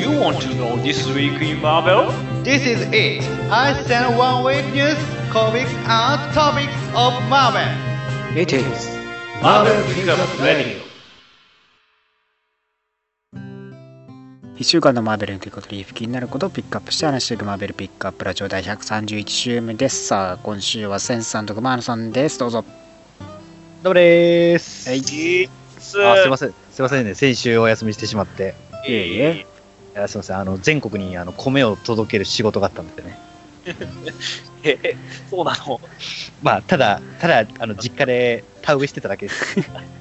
You want to know this week in Marvel? This is it. I send one week news, comics, and topics of Marvel. It is Marvel Pickup Radio. 1週間のマーベルということで気になることをピックアップして話していくマーベルピックアップラジオ第131週目です。さあ今週はセンさんと熊野さんです。どうぞ。 どうもでーす。 はい。 すいませんね、先週お休みしてしまって。 いえいえ。 いやすいません、全国に米を届ける仕事があったんでね。 そうなの。 まあただ実家で田植えしてただけです。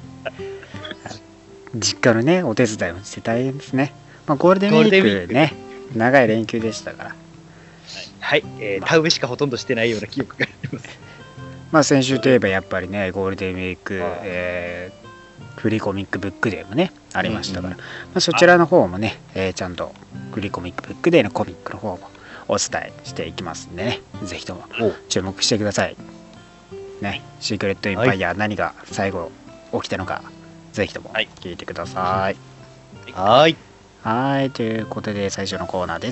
実家のねお手伝いもして大変ですね。まあゴールデンウィークね長い連休でしたから。 はい、田植えしかほとんどしてないような記憶があります。 まあ先週といえばやっぱりねゴールデンウィーク、フリーコミックブックデーもねありましたから、まあ、そちらの方もね、ちゃんとフリーコミックブックデーのコミックの方もお伝えしていきますんでね、ぜひとも注目してくださいね。シークレットインパイア、何が最後起きたのかぜひとも聞いてください。 はいということで最初のコーナーです。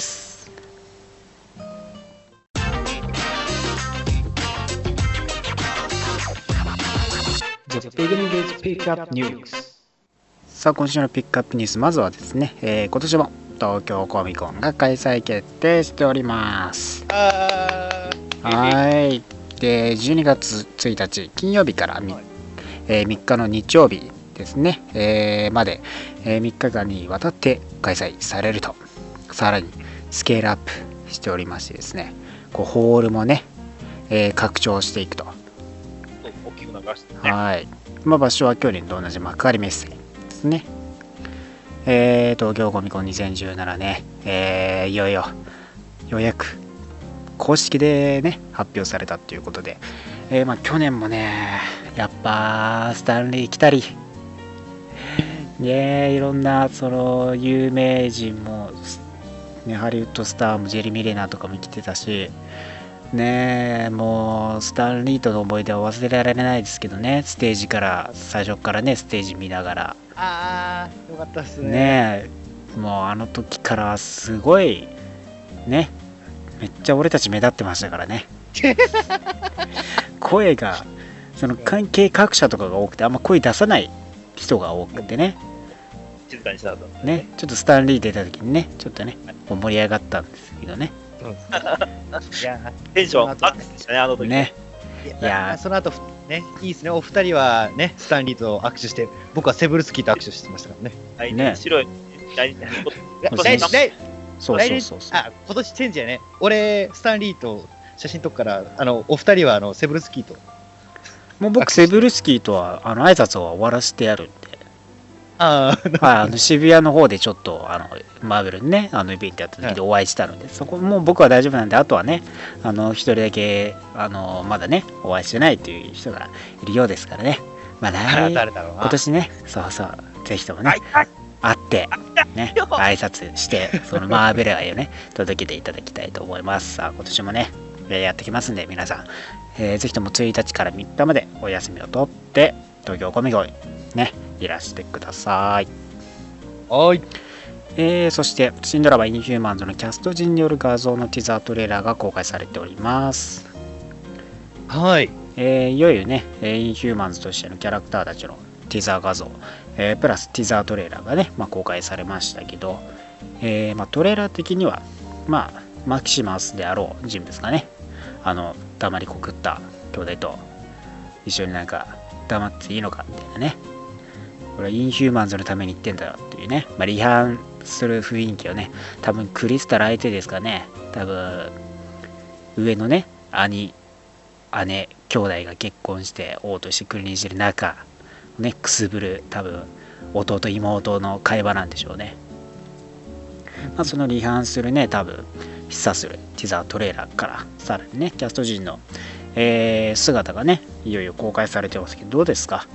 さあ今週のピックアップニュース、まずはですね、今年も東京コミコンが開催決定しております。はい。で12月1日金曜日から3日の日曜日ですね、まで、3日間にわたって開催されると、さらにスケールアップしておりましてですね、こうホールもね、拡張していくと。 大きく流してね。 はい。まあ、場所は去年と同じ幕張メッセですね。東京コミコン2017ね、いよいよようやく公式でね発表されたということで、まあ去年もねやっぱスタンリー来たりね、いろんなその有名人も、ね、ハリウッドスターもジェリー・ミレナーとかも来てたしね、もうスタンリーとの思い出は忘れられないですけどね、ステージから最初からねステージ見ながらよかったですね、もうあの時からすごいね、めっちゃ俺たち目立ってましたからね声がその関係各社とかが多くてあんま声出さない人が多くてね、 静かにしたんだね、ちょっとスタンリー出た時にねちょっとね盛り上がったんですけどね。 いやテンションアップでしたね、あの時ね。 いやその後ね、いいですね、お二人はねスタンリーと握手して、僕はセブルスキーと握手してましたからね。 はいね、 白いそう今年チェンジやね。俺スタンリーと写真撮っからお二人はセブルスキーと。 もう僕セブルスキーとは挨拶を終わらせてやるんで、渋谷の方でちょっとマーベルにねイベントやった時でお会いしたので、そこもう僕は大丈夫なんで、あとはね一人だけまだねお会いしてないっていう人がいるようですからね、まあ今年ねそうぜひともね会ってね挨拶してそのマーベル愛をね届けていただきたいと思います。さあ今年もねやってきますんで、皆さん、ぜひとも1日から3日までお休みを取って東京コミコンねいらしてください。 はい。 そして新ドラマインヒューマンズのキャスト陣による画像のティザートレーラーが公開されております。 はい。 いよいよねインヒューマンズとしてのキャラクターたちのティザー画像、プラスティザートレーラーがね、公開されましたけど、トレーラー的にはマキシマスであろう人物がね黙りこくった兄弟と一緒になんか黙っていいのかみたいなね、これはインヒューマンズのために言ってんだよっていうね、離反する雰囲気をね、多分クリスタル相手ですかね、多分上のね姉兄弟が結婚して王として君臨してる中ねくすぶる多分弟妹の会話なんでしょうね。その離反するね多分示唆するティザートレーラーからさらにねキャスト陣の、姿がねいよいよ公開されてますけど、どうですか？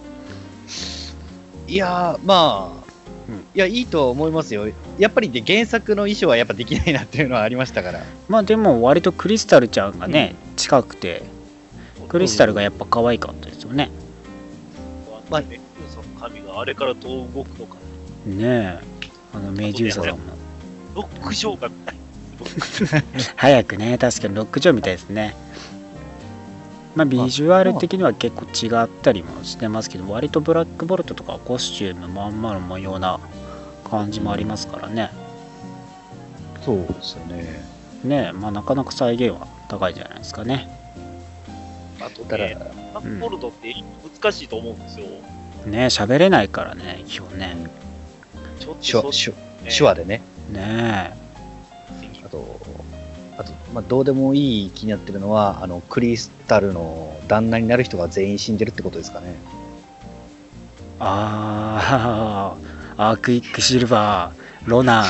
いやいやいいと思いますよ。やっぱりね原作の衣装はやっぱできないなっていうのはありましたから。 でも割とクリスタルちゃんがね、近くてクリスタルがやっぱ可愛かったですよね。 メデューサの髪があれからどう動くのかねえ、メデューサさんもロックショーが見たい。 早くね、確かにロックショーみたいですね。まあ、ビジュアル的には結構違ったりもしてますけど、割とブラックボルトとかコスチュームまんまの模様な感じもありますからね。 そうですよね。 ね、まあなかなか再現は高いんじゃないですかね。 あとね、ブラックボルトって難しいと思うんですよ。 ね、喋れないからね、基本ね。 ちょっと手話でね。 ねあと、まあ、どうでもいい気になってるのは、クリスタルの旦那になる人が全員死んでるってことですかね。 アークイックシルバー、ロナン。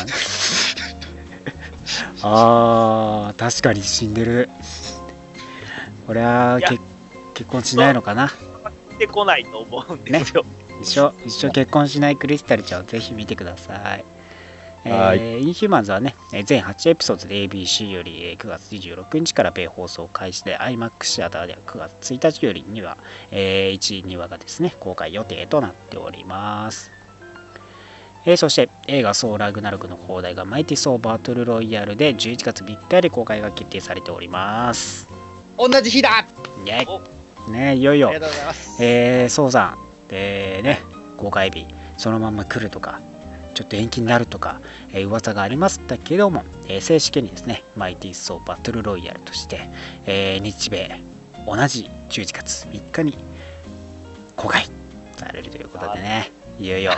確かに死んでる。これは結婚しないのかな。 出てこないと思うんですよ。 一生結婚しないクリスタルちゃんをぜひ見てください。インヒューマンズはね、全8エピソードで ABC より9月26日から米放送開始で IMAX シアターでは9月1日よりには1、2話がですね、公開予定となっております。そして映画ソーラグナルクの放題がマイティソーバトルロイヤルで11月3日より公開が決定されております。 同じ日だね、いよいよ、 ありがとうございます。 ソーさんでね、公開日そのまま来るとか、ちょっと延期になるとか、噂がありましたけども、正式にですね、マイティソーバトルロイヤルとして、日米同じ11月3日に公開されるということでね、いよいよ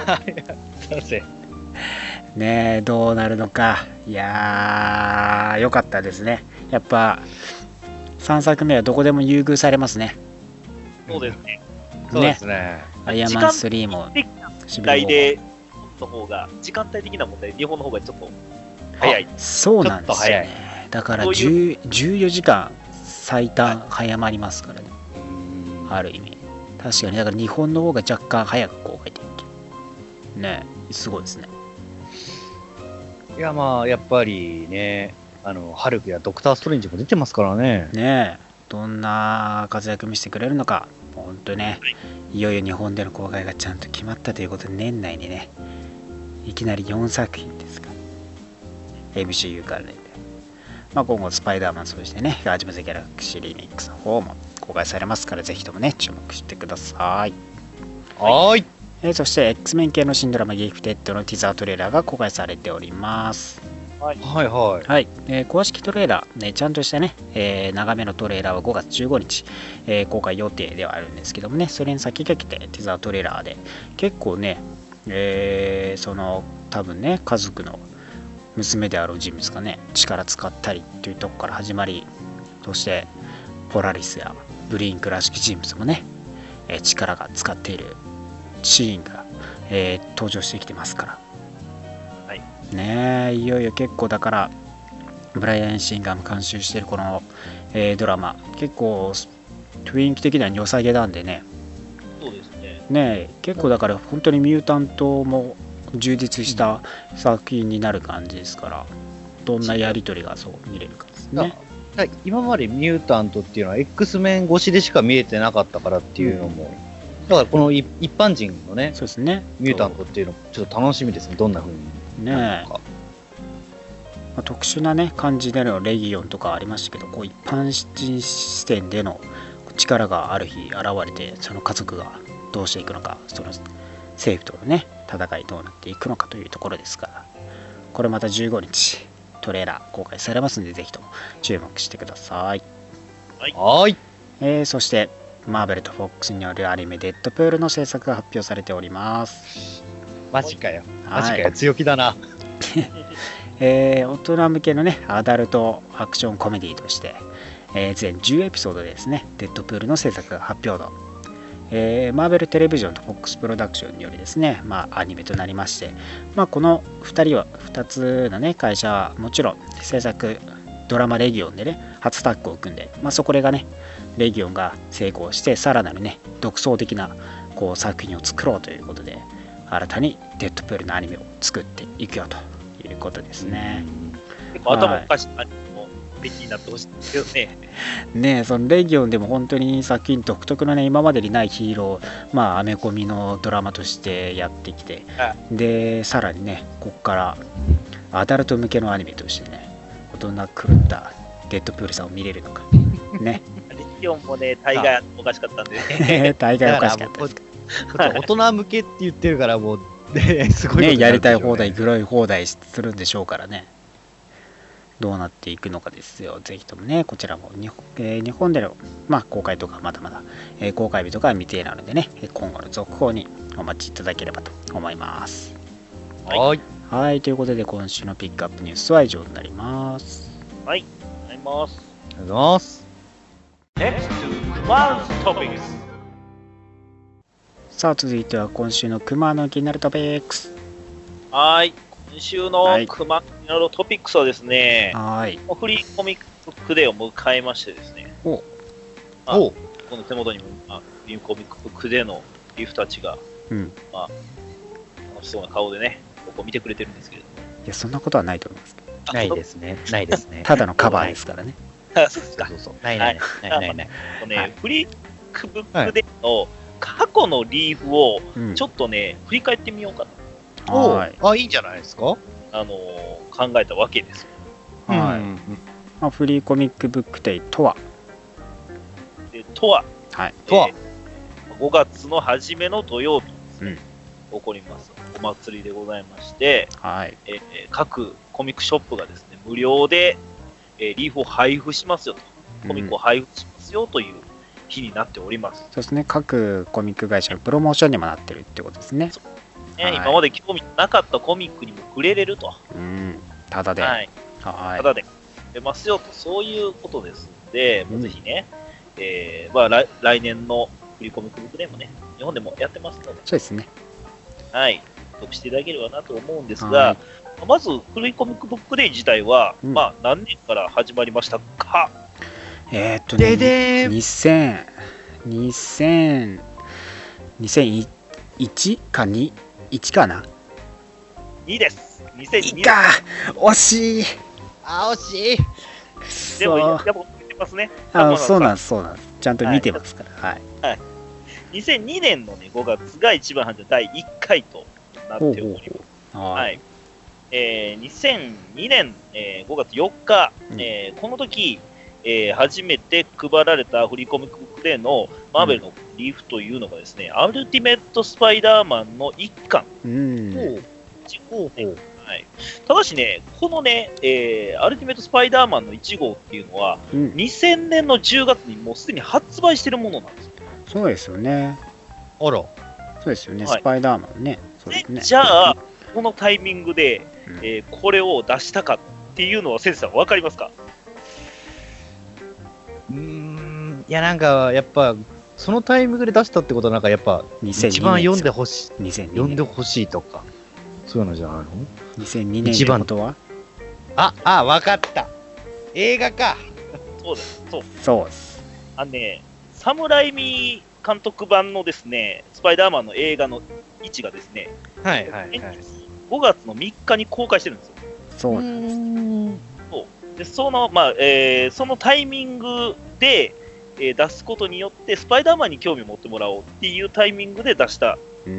ね、どうなるのか。いやー、よかったですね。やっぱ3作目はどこでも優遇されますね。 そうですね。 そうですね。 アイアンマン3も時間帯での方が、時間帯的な問題で日本の方がちょっと早い。 そうなんですよね。だから14時間最短早まりますからね。ある意味。確かに、だから日本の方が若干早く公開できる。ね、すごいですね。 いや、まあ、やっぱりね、ハルクやドクター・ストレンジも出てますからね。 ねえ、どんな活躍見せてくれるのか、本当ね、いよいよ日本での公開がちゃんと決まったということで、年内にね、いきなり4作品ですか。MCU 関連で。まあ、今後、スパイダーマン、そしてね、ガージムズ・ギャラクシー・リミックスの方も公開されますから、ぜひともね、注目してください。 はい。 そして、X メン系の新ドラマ、ギフテッドのティザートレーラーが公開されております。 はい。 公式トレーラー、ね、ちゃんとしたね、長めのトレーラーは5月15日、公開予定ではあるんですけどもね、それに先駆けてティザートレーラーで、結構ね、多分ね、家族の娘であろう人物がね、力使ったりというところから始まり、そしてポラリスやブリンクらしき人物もね、力が使っているシーンが、登場してきてますから、 はいね、いよいよ結構だからブライアン・シンガーも監修しているこの、ドラマ、結構雰囲気的には良さげなんでね。 そうですね。 結構だから本当にミュータントも充実した作品になる感じですから、どんなやり取りがそう見れるかですね。 今までミュータントっていうのは X メン越しでしか見えてなかったからっていうのも、だからこの一般人のね、 そうですね、 ミュータントっていうのもちょっと楽しみですね。どんな風になるのか。 特殊なね感じでのレギオンとかありましたけど、こう一般人視点での力がある日現れて、その家族がどうしていくのか、その政府とのね戦いどうなっていくのかというところですから、これまた15日トレーラー公開されますので、ぜひとも注目してください。 はい。 そしてマーベルとフォックスによるアニメデッドプールの制作が発表されております。 マジかよ、強気だな。 大人向けのねアダルトアクションコメディとして、全10エピソードでですね、デッドプールの制作が発表と、マーベルテレビジョンとフォックスプロダクションによりですね、アニメとなりまして、この2つのね会社はもちろん制作ドラマレギオンでね初タッグを組んで、そこがねレギオンが成功して、さらなるね独創的なこう作品を作ろうということで、新たにデッドプールのアニメを作っていくよということですね。 結構頭おかしいアニメもべきになってほしいですけどね。 そのレギオンでも本当に作品独特のね、今までにないヒーロー、アメコミのドラマとしてやってきて、でさらにねここからアダルト向けのアニメとしてね、大人狂ったデッドプールさんを見れるのか。ね。 レジオンもね、大概おかしかったんでね。 大概おかしかったですけ大人向けって言ってるから、もう、ね、すごいど。ね、やりたいことになるんでしょうね放題、グロい放題するんでしょうからね。どうなっていくのかですよ。ぜひともね、こちらも日本での、公開とかまだまだ、公開日とかは未定なのでね、今後の続報にお待ちいただければと思います。 はい。 はい、ということで今週のピックアップニュースは以上になります。 はい、ありがとうございます。 ありがとうございます。 Next to Tomorrow's Topics。 さあ、続いては今週の熊の気になるトピックス。 はい、今週の熊のトピックスはですね、 はい。 フリーコミックデーを迎えましてですね、 おこの手元にも、フリーコミックデーのリフたちが、 うん。 楽しそうな顔でね、ここ見てくれてるんですけれども。 いや、そんなことはないと思いますけど。 ないですね。ないですね。 ただのカバーですからね。 そうですか。 そう。ないないないないない。 ね、フリークブックデーの過去のリーフをうんちょっとね、振り返ってみようかはい。 あ、いいんじゃないですか。 な、考えたわけですよ。 はい。フリーコミックブックデイとは、 でとは、 はい。 5月の初めの土曜日ですね、起こりますお祭りでございまして、 はい。 各コミックショップがですね、無料で、リーフを配布しますよと、コミックを配布しますよという日になっております。 そうですね。各コミック会社のプロモーションにもなってるってことですね。はい今まで興味なかったコミックにも触れれると。 ただで。 はい。 はい。 ただで出ますよと、そういうことですので、もうぜひね、来年のフリーコミックブックデーもね、日本でもやってますので、 そうですね。 はい、得していただければなと思うんですはが、まずフリーコミックブックデー自体は、 うん何年から始まりましたか。 でね、 でーん。 2001か2、1かな。 2です。2002 か惜しい。 あ、惜しい。 でも、 そうやっぱ見てますね。 そうなんです、そうなんです。ちゃんと見てますから。はい。 2002年の、ね、5月が一番初め第1回となっております。 は。 はいい。2002年、5月4日、この時、初めて配られたフリーコミックブックデーのマーベルのリーフというのがですね、アルティメット・スパイダーマンの1巻。はい、ただしね、このね、アルティメット・スパイダーマンの1号っていうのは、2000年の10月にもうすでに発売してるものなんですよ。 そうですよね。 あら。 そうですよね、 はいスパイダーマンね。そうですね。 じゃあ、このタイミングで、これを出したかっていうのは、先生さん、分かりますか？ いや、なんか、やっぱ、そのタイミングで出したってことは、なんか、やっぱ、 2002年一番読んでほしい、 2002 読んで年。 ほしいとか、そういうのじゃないの？ 2002年ってことはわかった。映画か。 そうです。そう。 そうです。 サムライミ監督版のですね、スパイダーマンの映画の位置がですね、 はい 5月の3日に公開してるんですよ。 そうなんです。 でそのタイミングで、出すことによって、スパイダーマンに興味を持ってもらおうっていうタイミングで出した。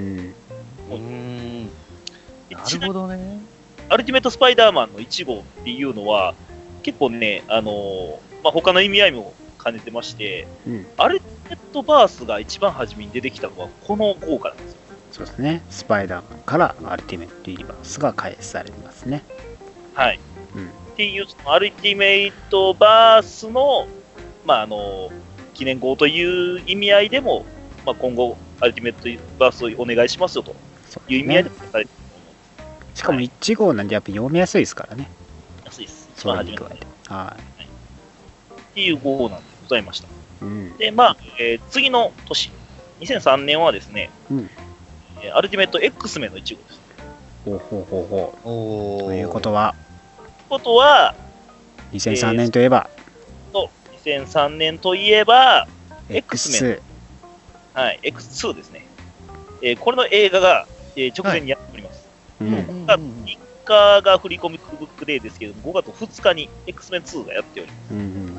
なるほどね。 アルティメット・スパイダーマンの1号っていうのは、結構ね、他の意味合いも兼ねてまして、アルティメット・バースが一番初めに出てきたのは、この号からなんですよ。 そうですね。スパイダーマンからアルティメット・ユニバースが開始されてますね。 はい。っていう、アルティメット・バースの、記念号という意味合いでも、今後、アルティメット・バースをお願いしますよという意味合いでもされてると思うんです。 しかも1号なんでやっぱ読みやすいですからね。 安いです。一そう番初めて。 いう加えて。はっていう号なんでございました。 い。 で、次の年、2003年はですね、アルティメット X メンの1号です。 ほうほうほうほう。 おということは、2003年といえば、 2003年といえば、 X メン、はい、X2 ですね。これの映画が、直前にやっております。5月3日がフリーコミックブックデーですけれども、5月2日に X メン2がやっております。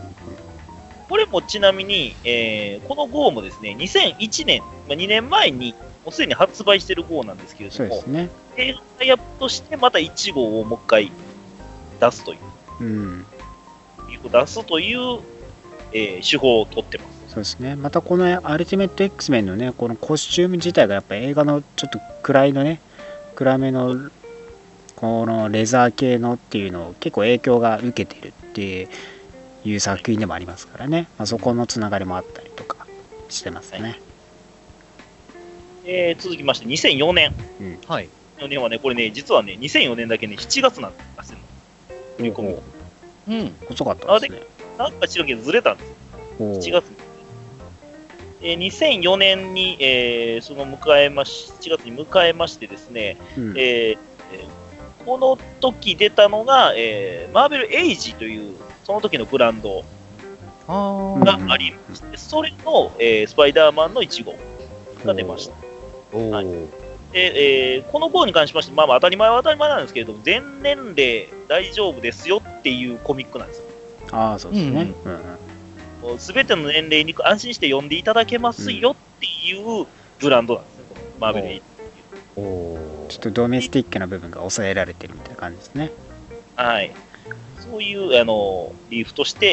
これもちなみに、この号もですね、2001年、2年前にもうすでに発売している号なんですけれども、 そうですね。 映画タイアップとしてまた1号をもう一回出すという、リーフを出すという、手法を取ってます。 そうですね。またこのアルティメット X メンのね、このコスチューム自体がやっぱ映画のちょっと暗めのこのレザー系のっていうのを結構影響が受けてるっていう作品でもありますからね。そこのつながりもあったりとかしてますね。 続きまして2004年。 はい。 2004年はね、これね、実はね、2004年だけね、7月なんですよ。振り込み。 遅かったですね。 なんか知らんけどずれたんですよ。7月に。2004年に、7月に迎えましてですね、この時出たのが、マーベルエイジというその時のブランドがありまして、それの、スパイダーマンの1号が出ました。で、この号に関しまして、当たり前は当たり前なんですけれども、全年齢大丈夫ですよっていうコミックなんですよ。 そうですね。 すべての年齢に安心して読んでいただけますよっていうブランドなんですね、マーベルエイジっていう。 ちょっとドメスティックな部分が抑えられてるみたいな感じですね。 はい。そういうリーフとして、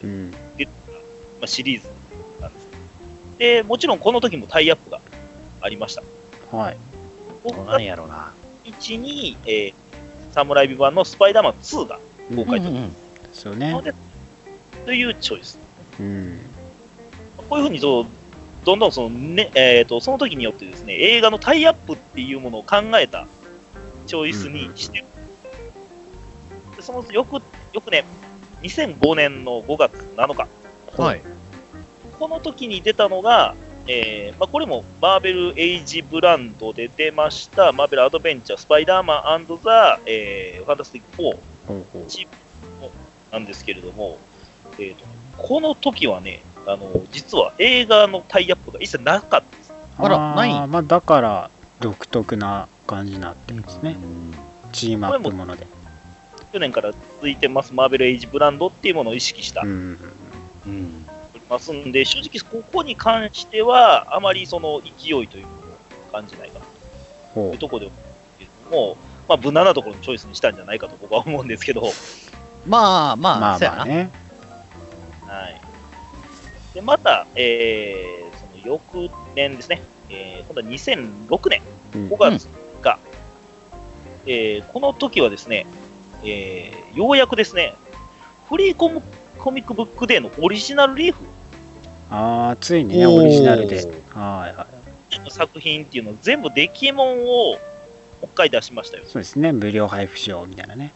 シリーズなんです。で、もちろんこの時もタイアップがありました。 はい。 何やろうな。 1に、サムライビ版のスパイダーマン2が公開と。 ですよね。 というチョイス。こういうふうにどんどんその時によってですね、映画のタイアップっていうものを考えたチョイスにしてる。でその翌年、2005年の5月7日。 はい。 この時に出たのが、これもマーベルエイジブランドで出ました、マーベルアドベンチャー、スパイダーマン&ザ・ファンタスティック4チームなんですけれども、この時はね、実は映画のタイアップが一切なかったです。 ないだから独特な感じになってるんですね。チームアップもので。 去年から続いてます、マーベルエイジブランドっていうものを意識した。ますんで、正直ここに関してはあまりその勢いというのを感じないかなというところで思うんですけれども、無難なところのチョイスにしたんじゃないかと僕は思うんですけど、 まあね。 はい。で、また、その翌年ですね、今度は2006年5月が、この時はですね、ようやくですね、フリーコミックブックデーのオリジナルリーフ。 ついにね、オリジナルで。 作品っていうのを全部デキモンをもう一回出しましたよ。 そうですね、無料配布しようみたいなね。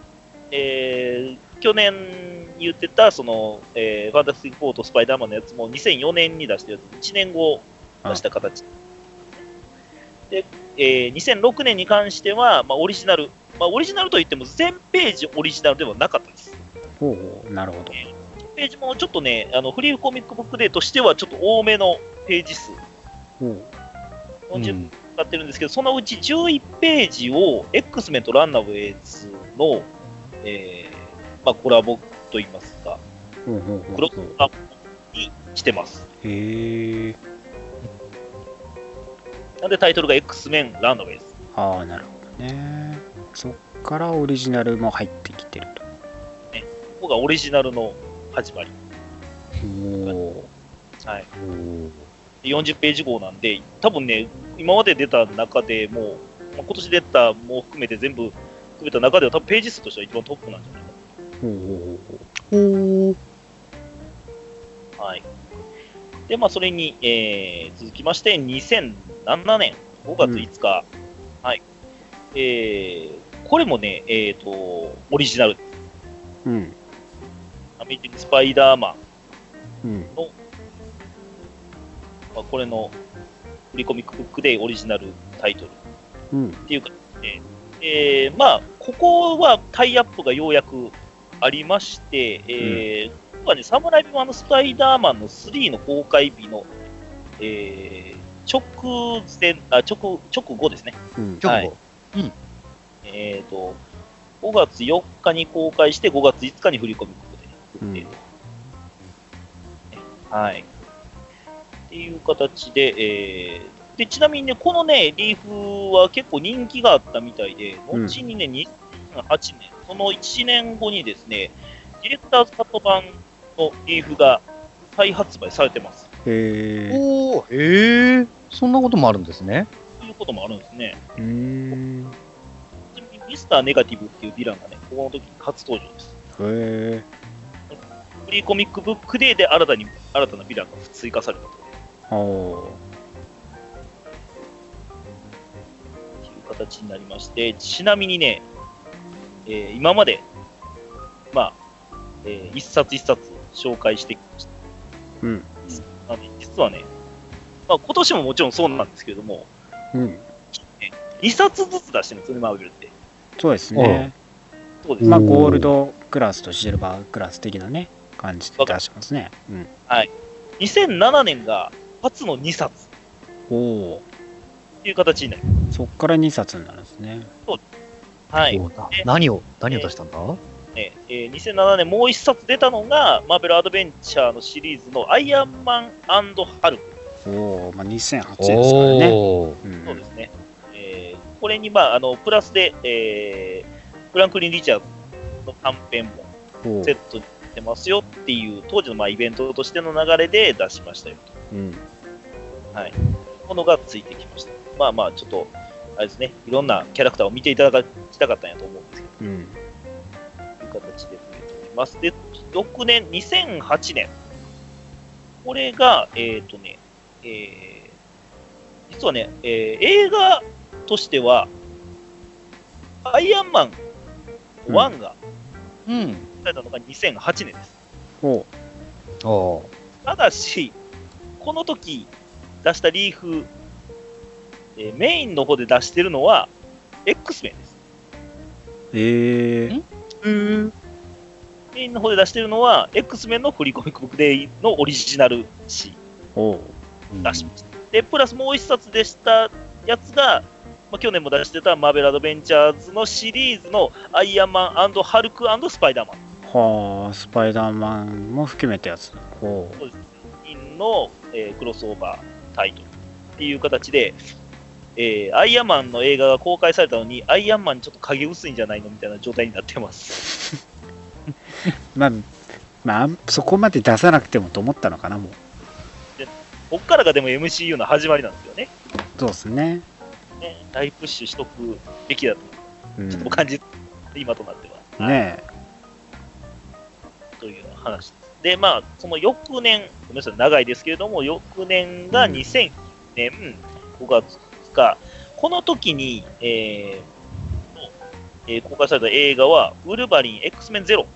去年言ってた、その、ファンタスティック4とスパイダーマンのやつも2004年に出したやつ、1年後出した形。で、2006年に関しては、オリジナル。オリジナルといっても全ページオリジナルではなかったです。 なるほど。 ページもちょっとね、フリーコミックブックデーとしてはちょっと多めのページ数。40使ってるんですけど、そのうち11ページを X メンとランナーウェイズの、コラボといいますか、クロスアップにしてます。なんでタイトルが X メンランナーウェイズ。 なるほどね。そっからオリジナルも入ってきてると。 ここがオリジナルの始まり。はい。40ページ号なんで、多分ね、今まで出た中でもう、今年出たも含めて全部含めた中では多分ページ数としては一番トップなんじゃないか。はい。で、それに、続きまして、2007年5月5日。はい。これもね、オリジナル。アメージングスパイダーマンの、これのフリーコミックブックでオリジナルタイトルっていうか、ここはタイアップがようやくありまして、ここはね、サムライビ版のスパイダーマンの3の公開日の、直後ですね。5月4日に公開して、5月5日にフリーコミックで。はい。っていう形で、ちなみにね、このね、リーフは結構人気があったみたいで、後にね、 2008年、その1年後にですね、ディレクターズカット版のリーフが再発売されてます。 へえ。 おー、そんなこともあるんですね。 そういうこともあるんですね。 うーん。 ちなみにミスターネガティブっていうヴィランがね、ここの時に初登場です。 へえ。 フリーコミックブックデーで新たなヴィランが追加されたとおー。 いう形になりまして、ちなみにね、今まで、まあ、一冊一冊紹介してきました。 うん。 実はね、まあ、今年ももちろんそうなんですけれども、 うん。 2冊ずつ出してるんですよね、マーベルって。 そうですね。 そうです。 まあ、ゴールドクラスとシルバークラス的なね、感じで出してますね。うん。 はい。2007年が初の2冊おお。 っていう形になりまそっから2冊になるんですね。 す。はい。 何を出したんだ？ 2007年もう1冊出たのが、マーベルアドベンチャーのシリーズのアイアンマン&ハルク。 おお、まあ、2008ですからね。 そうですね。これに、まあ、プラスで、フランクリン・リチャーズの短編もセットにしてますよっていう、当時のまあイベントとしての流れで出しましたよと。 うん。 はい。ものがついてきました。まあまあ、ちょっと、あれですね、いろんなキャラクターを見ていただきたかったんやと思うんですけど、 うん。 という形で増えております。で、翌年、2008年。これが、実はね、映画としては、アイアンマン1がされたのが2008年です。 おただし、この時出したリーフ、メインの方で出してるのは X メンです。メインの方で出してるのは X メンのフリーコミックブックデイのオリジナル誌を出しました。で、プラスもう一冊でしたやつが、まあ、去年も出してたマーベルアドベンチャーズのシリーズのアイアンマン&ハルク&スパイダーマン。 はあ、スパイダーマンも含めたやつ。 そうです。インの、クロスオーバータイトルっていう形で、アイアンマンの映画が公開されたのに、アイアンマンちょっと影薄いんじゃないのみたいな状態になってます。 まあ、そこまで出さなくてもと思ったのかな、もう。 こっからがでも MCU の始まりなんですよね。 そうですね。 大プッシュしとくべきだと、ちょっと感じ、今となっては。 ねという話です。で、まあ、その翌年、ごめんなさい、長いですけれども、翌年が2009年5月2日、この時に、公開された映画は、ウルヴァリン X メンゼロ。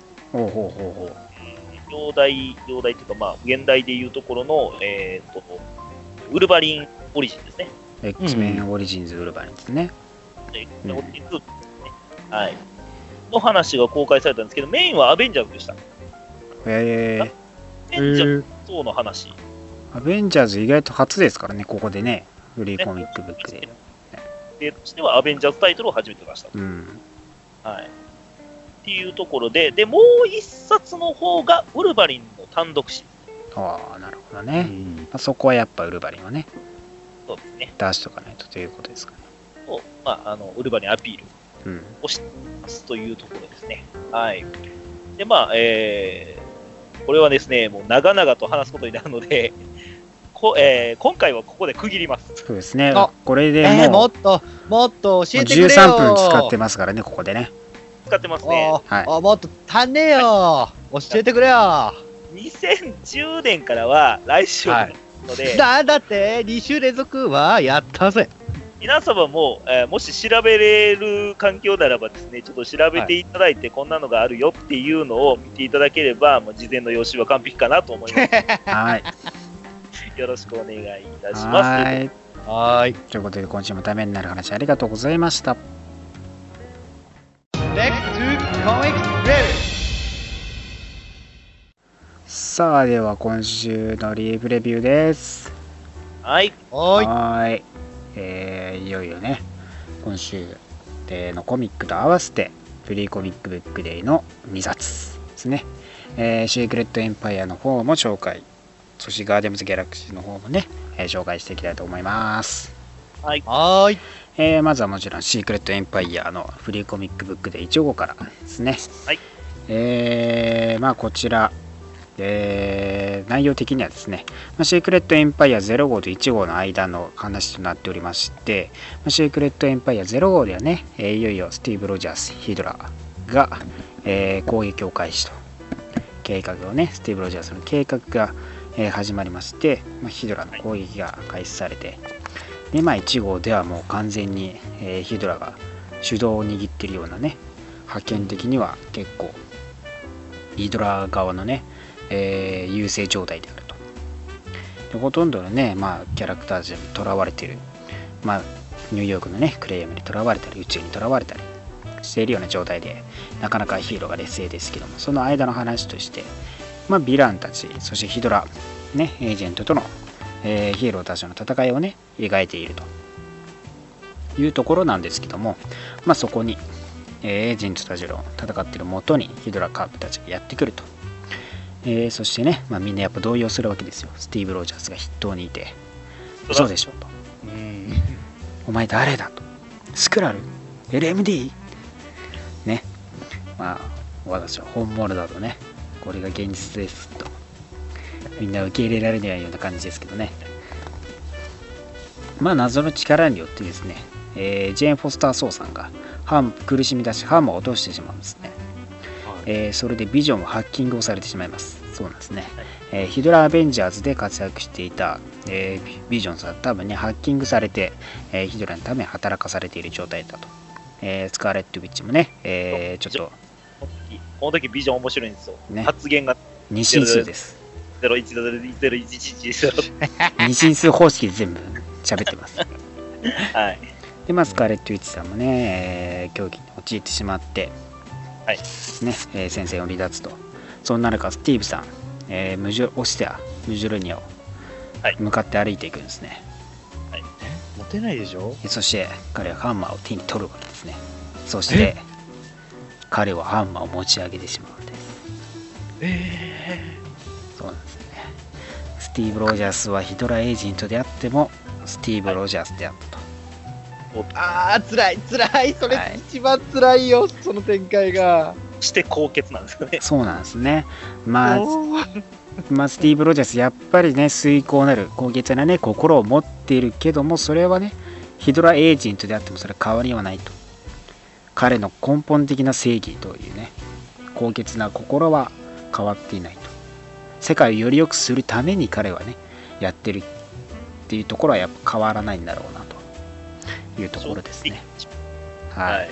表題っていうか、まあ、現代でいうところの、ウルヴァリンオリジンですね。 X メンオリジンズウルヴァリンですね。 X メンオリジンズですね。はい。の話が公開されたんですけど、メインはアベンジャーズでした。アベンジャーズ等の話。 アベンジャーズ意外と初ですからね、ここでね、フリーコミックブックで。 としてはアベンジャーズタイトルを初めて出した。はい。っていうところで、もう一冊の方がウルヴァリンの単独誌。 ああ、なるほどね。そこはやっぱウルヴァリンはね、 そうですね。 出しとかないとということですかね。 まあ、ウルヴァリンアピールをしていますというところですね。はい。で、まあ、これはですね、もう長々と話すことになるので、今回はここで区切ります。 そうですね。これでもっと教えてくれよ。 13分使ってますからね、ここでね。 使ってますね。 もっと足んねえよ。教えてくれよ。 2010年からは来週ので、 だって2週連続はやったぜ。 皆様も、もし調べれる環境ならばですね、ちょっと調べていただいて、こんなのがあるよっていうのを見ていただければ、事前の用紙は完璧かなと思います。 はい。 よろしくお願いいたします。 はい。 ということで、今週もためになる話ありがとうございました。さあ、では今週のリーフレビューです。 はい。 いよいよね、今週のコミックと合わせてフリーコミックブックデイの2冊ですね。シークレットエンパイアの方も紹介、そしてガーディアムズギャラクシーの方もね、紹介していきたいと思います。 はい。 はーい。 まずはもちろんシークレットエンパイアのフリーコミックブックで1号からですね。 はい。 まあこちら、内容的にはですね、シークレットエンパイア0号と1号の間の話となっておりまして、シークレットエンパイア0号ではね、いよいよスティーブ・ロジャース、ヒドラが、攻撃を開始と。計画をね、スティーブ・ロジャースの計画が、始まりまして、ヒドラの攻撃が開始されて、で、1号ではもう完全に、ヒドラが主導を握っているようなね、覇権的には結構、ヒドラ側のね、優勢状態であると。でほとんどのね、キャラクターたちにとらわれている、ニューヨークのね、クレイヤムにとらわれたり、宇宙にとらわれたりしているような状態で、なかなかヒーローが劣勢ですけども、その間の話として、ヴィランたち、そしてヒドラ、ね、エージェントとの、ヒーローたちの戦いをね、描いているというところなんですけども、そこに、エージェントたちの戦っている元にヒドラカープたちがやってくると。そしてね、みんなやっぱ動揺するわけですよ。スティーブ・ロジャースが筆頭にいて、嘘でしょと。お前誰だと。スクラル ?LMD? ね。私は本物だとね。これが現実ですと。みんな受け入れられないような感じですけどね。謎の力によってですね、ジェーン・フォスター・ソーさんが苦しみ出しハンマーを落としてしまうんですね。それでビジョンをハッキングをされてしまいます。そうなんですね。ヒドラアベンジャーズで活躍していた、ビジョンさん多分ねハッキングされて、ヒドラのために働かされている状態だと。スカーレット・ウィッチもね、ちょっとこの時ビジョン面白いんですよ。 ね、 発言が二進数です。 010110 二進数方式で全部喋ってます。 はい。 でスカーレット・ウィッチさんもね、狂気に陥ってしまって、 はいね、戦線を離脱と。そんな中スティーブさん、オステアムジュルニアを向かって歩いていくんですね。 はい、 持てないでしょ。 そして彼はハンマーを手に取るわけですね。そして彼はハンマーを持ち上げてしまうんです。そうなんですね。スティーブ・ロジャースはヒドラエージェントであってもスティーブ・ロジャースであったと。 つらいそれ一番つらいよ、その展開が。 して高潔なんですよね。 そうなんですね。スティーブ・ロジャースやっぱりね崇高なる高潔なね心を持っているけども、それはねヒドラエージェントであってもそれは変わりはないと。彼の根本的な正義というね高潔な心は変わっていないと。世界をより良くするために彼はねやってるっていうところはやっぱ変わらないんだろうなというところですね。はい、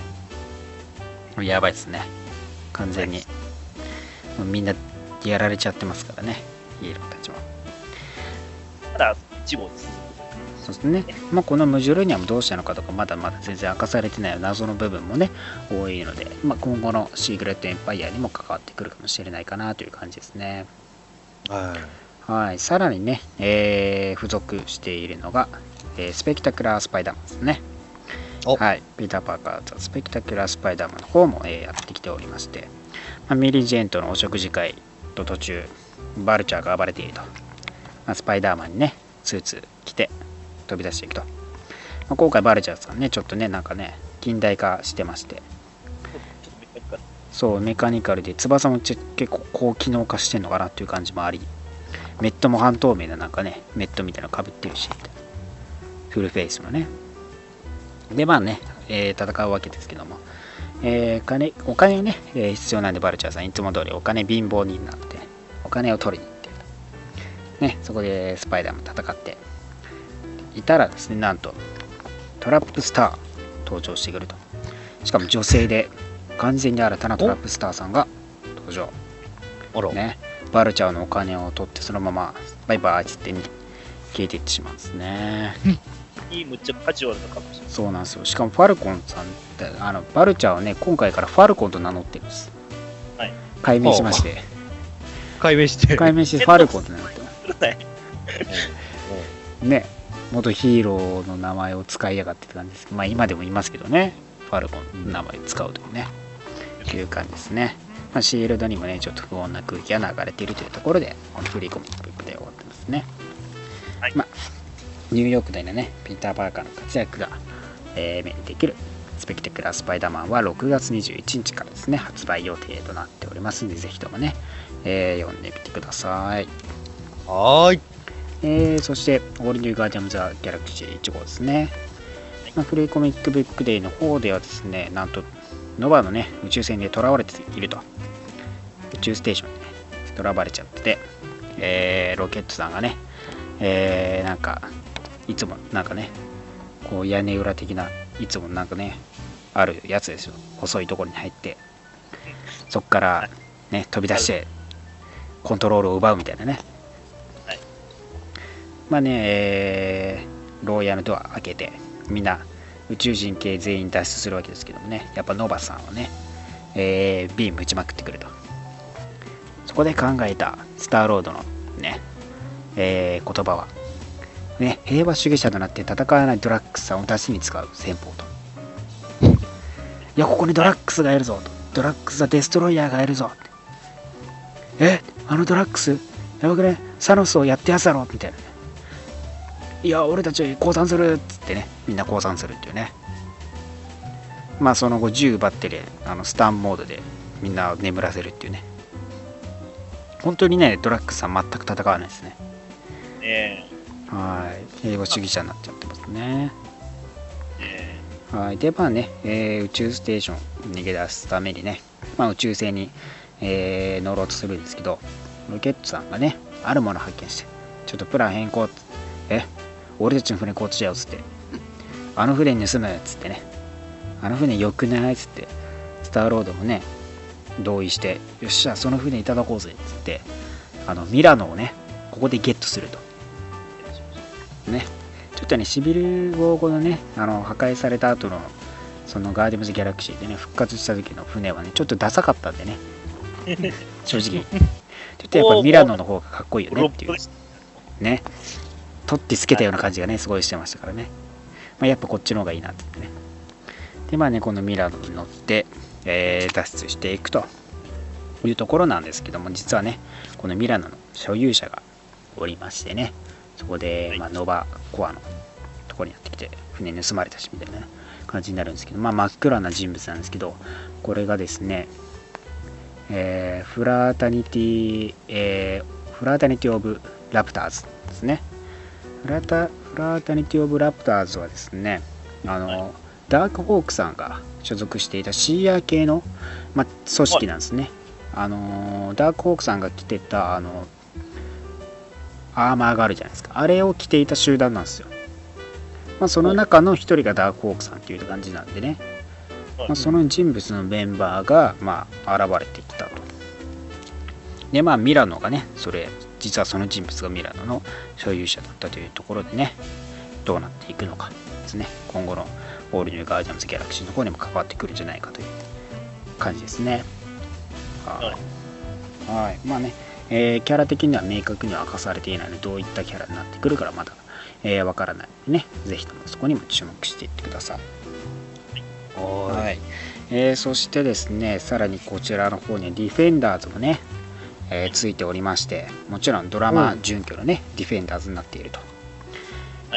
やばいですね。完全にもうみんなやられちゃってますからね、ヒーローたちも。 ただ1号です。 そうですね。このムジュルニアもどうしたのかとかまだまだ全然明かされてない謎の部分もね多いので、今後のシークレットエンパイアにも関わってくるかもしれないかなという感じですね。はい。さらにね、付属しているのが、スペクタクラースパイダーマンですね。はい、ピーター・パーカーとスペクタキュラー・スパイダーマンの方も、やってきておりまして、ミリー・ジェーンとのお食事会と途中バルチャーが暴れていると、スパイダーマンにねスーツ着て飛び出していくと、今回バルチャーさんねちょっとね近代化してまして、そうメカニカルで翼も結構高機能化してんのかなっていう感じもあり、メットも半透明なメットみたいなのかぶってるし、フルフェイスのねで戦うわけですけども、お金をね、必要なんでバルチャーさんいつも通りお金貧乏人になってお金を取りに行ってね、そこでスパイダーも戦っていたらですね、なんとトラップスター登場してくると。しかも女性で完全に新たなトラップスターさんが登場。ね、バルチャーのお金を取ってそのままバイバイって言って消えていってしまうんですね。 むっちゃカジュアルな格好して。 そうなんですよ。しかもファルコンさんってバルチャーはね今回からファルコンと名乗ってるんです。はい。解明しまして。解明してファルコンと名乗ってます。ね、元ヒーローの名前を使いやがってって感じですけど、今でもいますけどね、ファルコンの名前を使うというね、いう感じですね。シールドにもねちょっと不穏な空気が流れているというところで、このフリーコミックブックで終わってますね。はい。 ニューヨークでのね、ピーター・パーカーの活躍が、目にできるスペクテクラー・スパイダーマンは6月21日からですね、発売予定となっておりますので、ぜひともね、読んでみてください。 はーい。そして、オールニューガーディアムズ・ザ・ギャラクシー1号ですね。フリーコミックブックデーの方ではですね、なんと、ノバのね、宇宙船で囚われていると。宇宙ステーションにね、囚われちゃってて、ロケットさんがね、なんか、いつもなんかね、こう屋根裏的ないつもなんかね、あるやつですよ。細いところに入って、そっからね、飛び出して、コントロールを奪うみたいなね。 はい、 まあね、牢屋のドア開けて、みんな宇宙人系全員脱出するわけですけどもね、やっぱノバさんはね、ビーム打ちまくってくると。そこで考えたスターロードのね、言葉は、ね、平和主義者となって戦わないドラッグスさんを出しに使う戦法と。いや、ここにドラッグスがいるぞと。ドラッグスはデストロイヤーがいるぞって。あのドラッグスやばくね、サノスをやってやつだろみたいなね。いや、俺たち降参するっつってね、みんな降参するっていうね。まあその後銃奪ってね、スタンモードでみんなを眠らせるっていうね。本当にね、ドラッグスは全く戦わないですね。はい、平和主義者になっちゃってますね。はい、でまあね、宇宙ステーション逃げ出すためにね、まあ、宇宙船に、乗ろうとするんですけど、ロケットさんがね、あるものを発見して、ちょっとプラン変更、俺たちの船こっちだよっつって、あの船に盗むっつってね、あの船よくないっつって、スターロードもね、同意して、よっしゃ、その船いただこうぜっつって、ミラノをね、ここでゲットすると。ね、ちょっとね、シビルウォー後のね、破壊された後の、そのガーディムズ・ギャラクシーでね、復活した時の船はね、ちょっとダサかったんでね、正直。ちょっとやっぱミラノの方がかっこいいよねっていう。ね、取ってつけたような感じがね、すごいしてましたからね。まあ、やっぱこっちの方がいいなって言ってね。で、まあね、このミラノに乗って、脱出していくというところなんですけども、実はね、このミラノの所有者がおりましてね、そこで、まあ、ノバコアのところにやってきて、船盗まれたしみたいな感じになるんですけど、まあ、真っ暗な人物なんですけど、これがですね、フラータニティ・オブ・ラプターズですね。フラータニティ・オブ・ラプターズはですね、ダークホークさんが所属していたシーア系の、まあ、組織なんですね。ダークホークさんが着てたアーマーがあるじゃないですか。あれを着ていた集団なんですよ。まあ、その中の一人がダークホークさんっていう感じなんでね、まあ、その人物のメンバーが、まあ、現れてきたと。で、まあ、ミラノがね、実はその人物がミラノの所有者だったというところでね、どうなっていくのかですね、今後のオールニューガーディアムズ・ギャラクシーの方にも関わってくるんじゃないかという感じですね。はい。まあね、キャラ的には明確には明かされていないので、どういったキャラになってくるからまだわからないのでね、ぜひともそこにも注目していってください。はい。そしてですね、さらにこちらの方にはディフェンダーズもね、ついておりまして、もちろんドラマ準拠のね、ディフェンダーズになっていると。はい。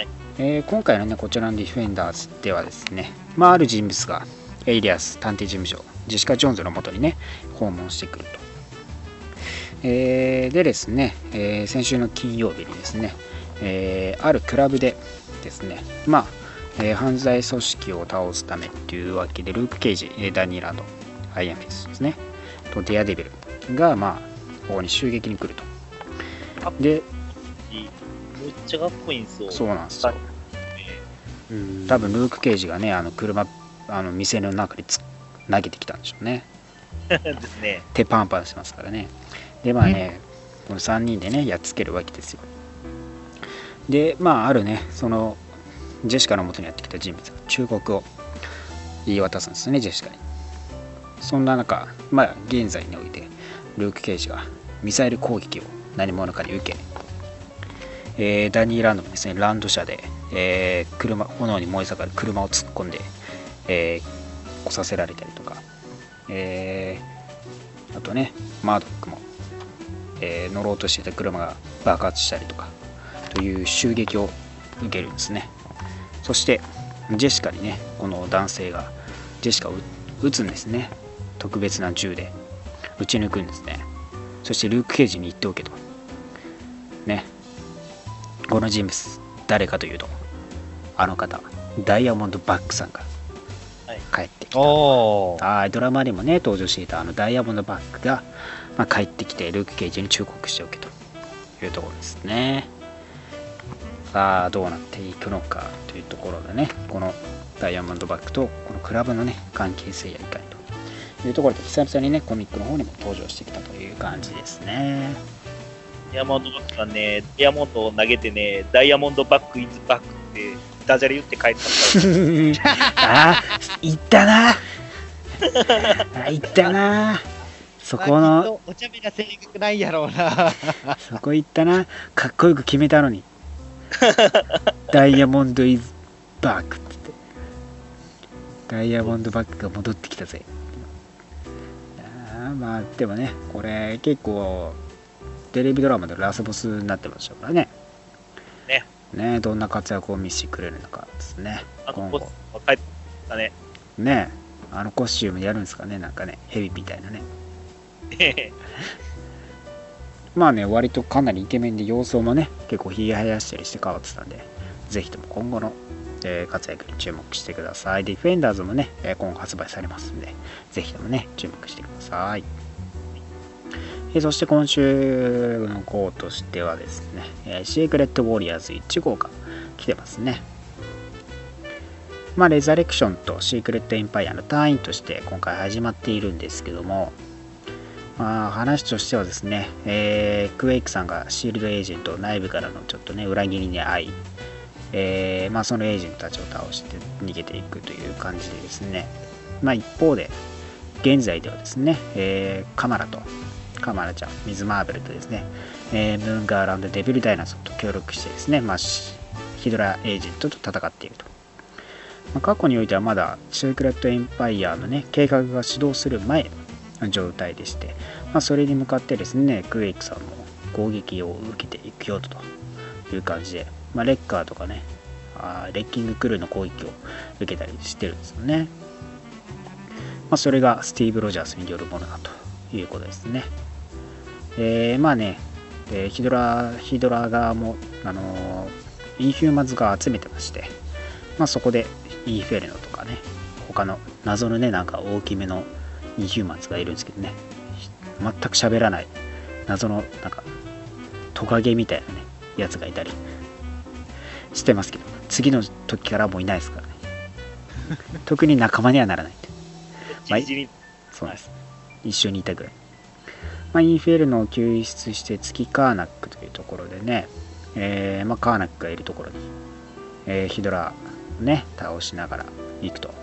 今回のね、こちらのディフェンダーズではですね、まあ、ある人物がエイリアス探偵事務所、ジェシカ・ジョーンズの元にね、訪問してくると。でですね、先週の金曜日にですね、あるクラブでですね、まあ、犯罪組織を倒すためというわけで、ルーク・ケイジ、ダニー・ランド、アイアンフィスですね、とデアデビルが、まあ、ここに襲撃に来ると。で、 めっちゃかっこいいんですよ。 そうなんですよ。多分ルーク・ケイジがね、店の中に投げてきたんでしょうね。 ですね。 手パンパンしてますからね。で、まあね、この3人でね、やっつけるわけですよ。で、まあ、あるね、その、ジェシカの元にやってきた人物が忠告を言い渡すんですね、ジェシカに。そんな中、まあ、現在において、ルーク・ケイジがミサイル攻撃を何者かに受け、ダニー・ランドもですね、ランド車で、炎に燃え盛る車を突っ込んで、来させられたりとか、あとね、マードックも、乗ろうとしていた車が爆発したりとかという襲撃を受けるんですね。そしてジェシカにね、この男性がジェシカを撃つんですね。特別な銃で撃ち抜くんですね。そしてルーク・ケイジに言っておけとね。この人物誰かというと、あの方ダイヤモンドバックさんが帰ってきた、はい、ドラマでもね登場していたあのダイヤモンドバックが、帰ってきてルーク・ケイジに忠告しておけというところですね。さあどうなっていくのかというところでね、このダイヤモンドバックとこのクラブのね関係性やいかにというところで、久々にねコミックの方にも登場してきたという感じですね。 ダイヤモンドバックがね、ダイヤモンドを投げてね、ダイヤモンドバックイズバックってダジャレ言って帰ったああ、言ったな言ったな、そこのお茶目な性格ないやろうな。 そこ言ったな、かっこよく決めたのにダイヤモンドイズバックって言って、ダイヤモンドバックが戻ってきたぜ。まあでもね、これ結構テレビドラマでラスボスになってましたからね。ね、どんな活躍を見せてくれるのかですね。今後帰ってきたね。 ね、あのコスチュームやるんですかね、なんかね、ヘビみたいなね。まあね、割とかなりイケメンで様相もね、結構ひげ生やしたりして変わってたんで、ぜひとも今後の活躍に注目してください。ディフェンダーズもね、今後発売されますんで、ぜひともね、注目してください。そして今週の号としてはですね、シークレットウォリアーズ1号が来てますね。レザレクションとシークレットエンパイアの隊員として今回始まっているんですけども、話としてはですね、クエイクさんがシールドエージェント内部からのちょっとね裏切りに遭い、そのエージェントたちを倒して逃げていくという感じでですね、一方で現在ではですね、カマラちゃん、ミズ・マーベルとですね、ムーンガーランド・デビル・ダイナソーと協力してですね、ヒドラエージェントと戦っていると。過去においてはまだシークレットエンパイアのね計画が始動する前の状態でして、それに向かってですねクエイクさんも攻撃を受けていくよという感じで、レッカーとかねレッキングクルーの攻撃を受けたりしてるんですよね。それがスティーブ・ロジャースによるものだということですね。ヒドラ側もインヒューマンズが集めてまして、そこでインフェルノとかね、他の謎のねなんか大きめのインヒューマンズがいるんですけどね、全く喋らない謎のなんかトカゲみたいなねやつがいたりしてますけど、次の時からもういないですからね。特に仲間にはならないって。そうです。一緒にいたぐらい。インフェルノを救出して月カーナックというところでね、カーナックがいるところに、ヒドラをね倒しながら行くと。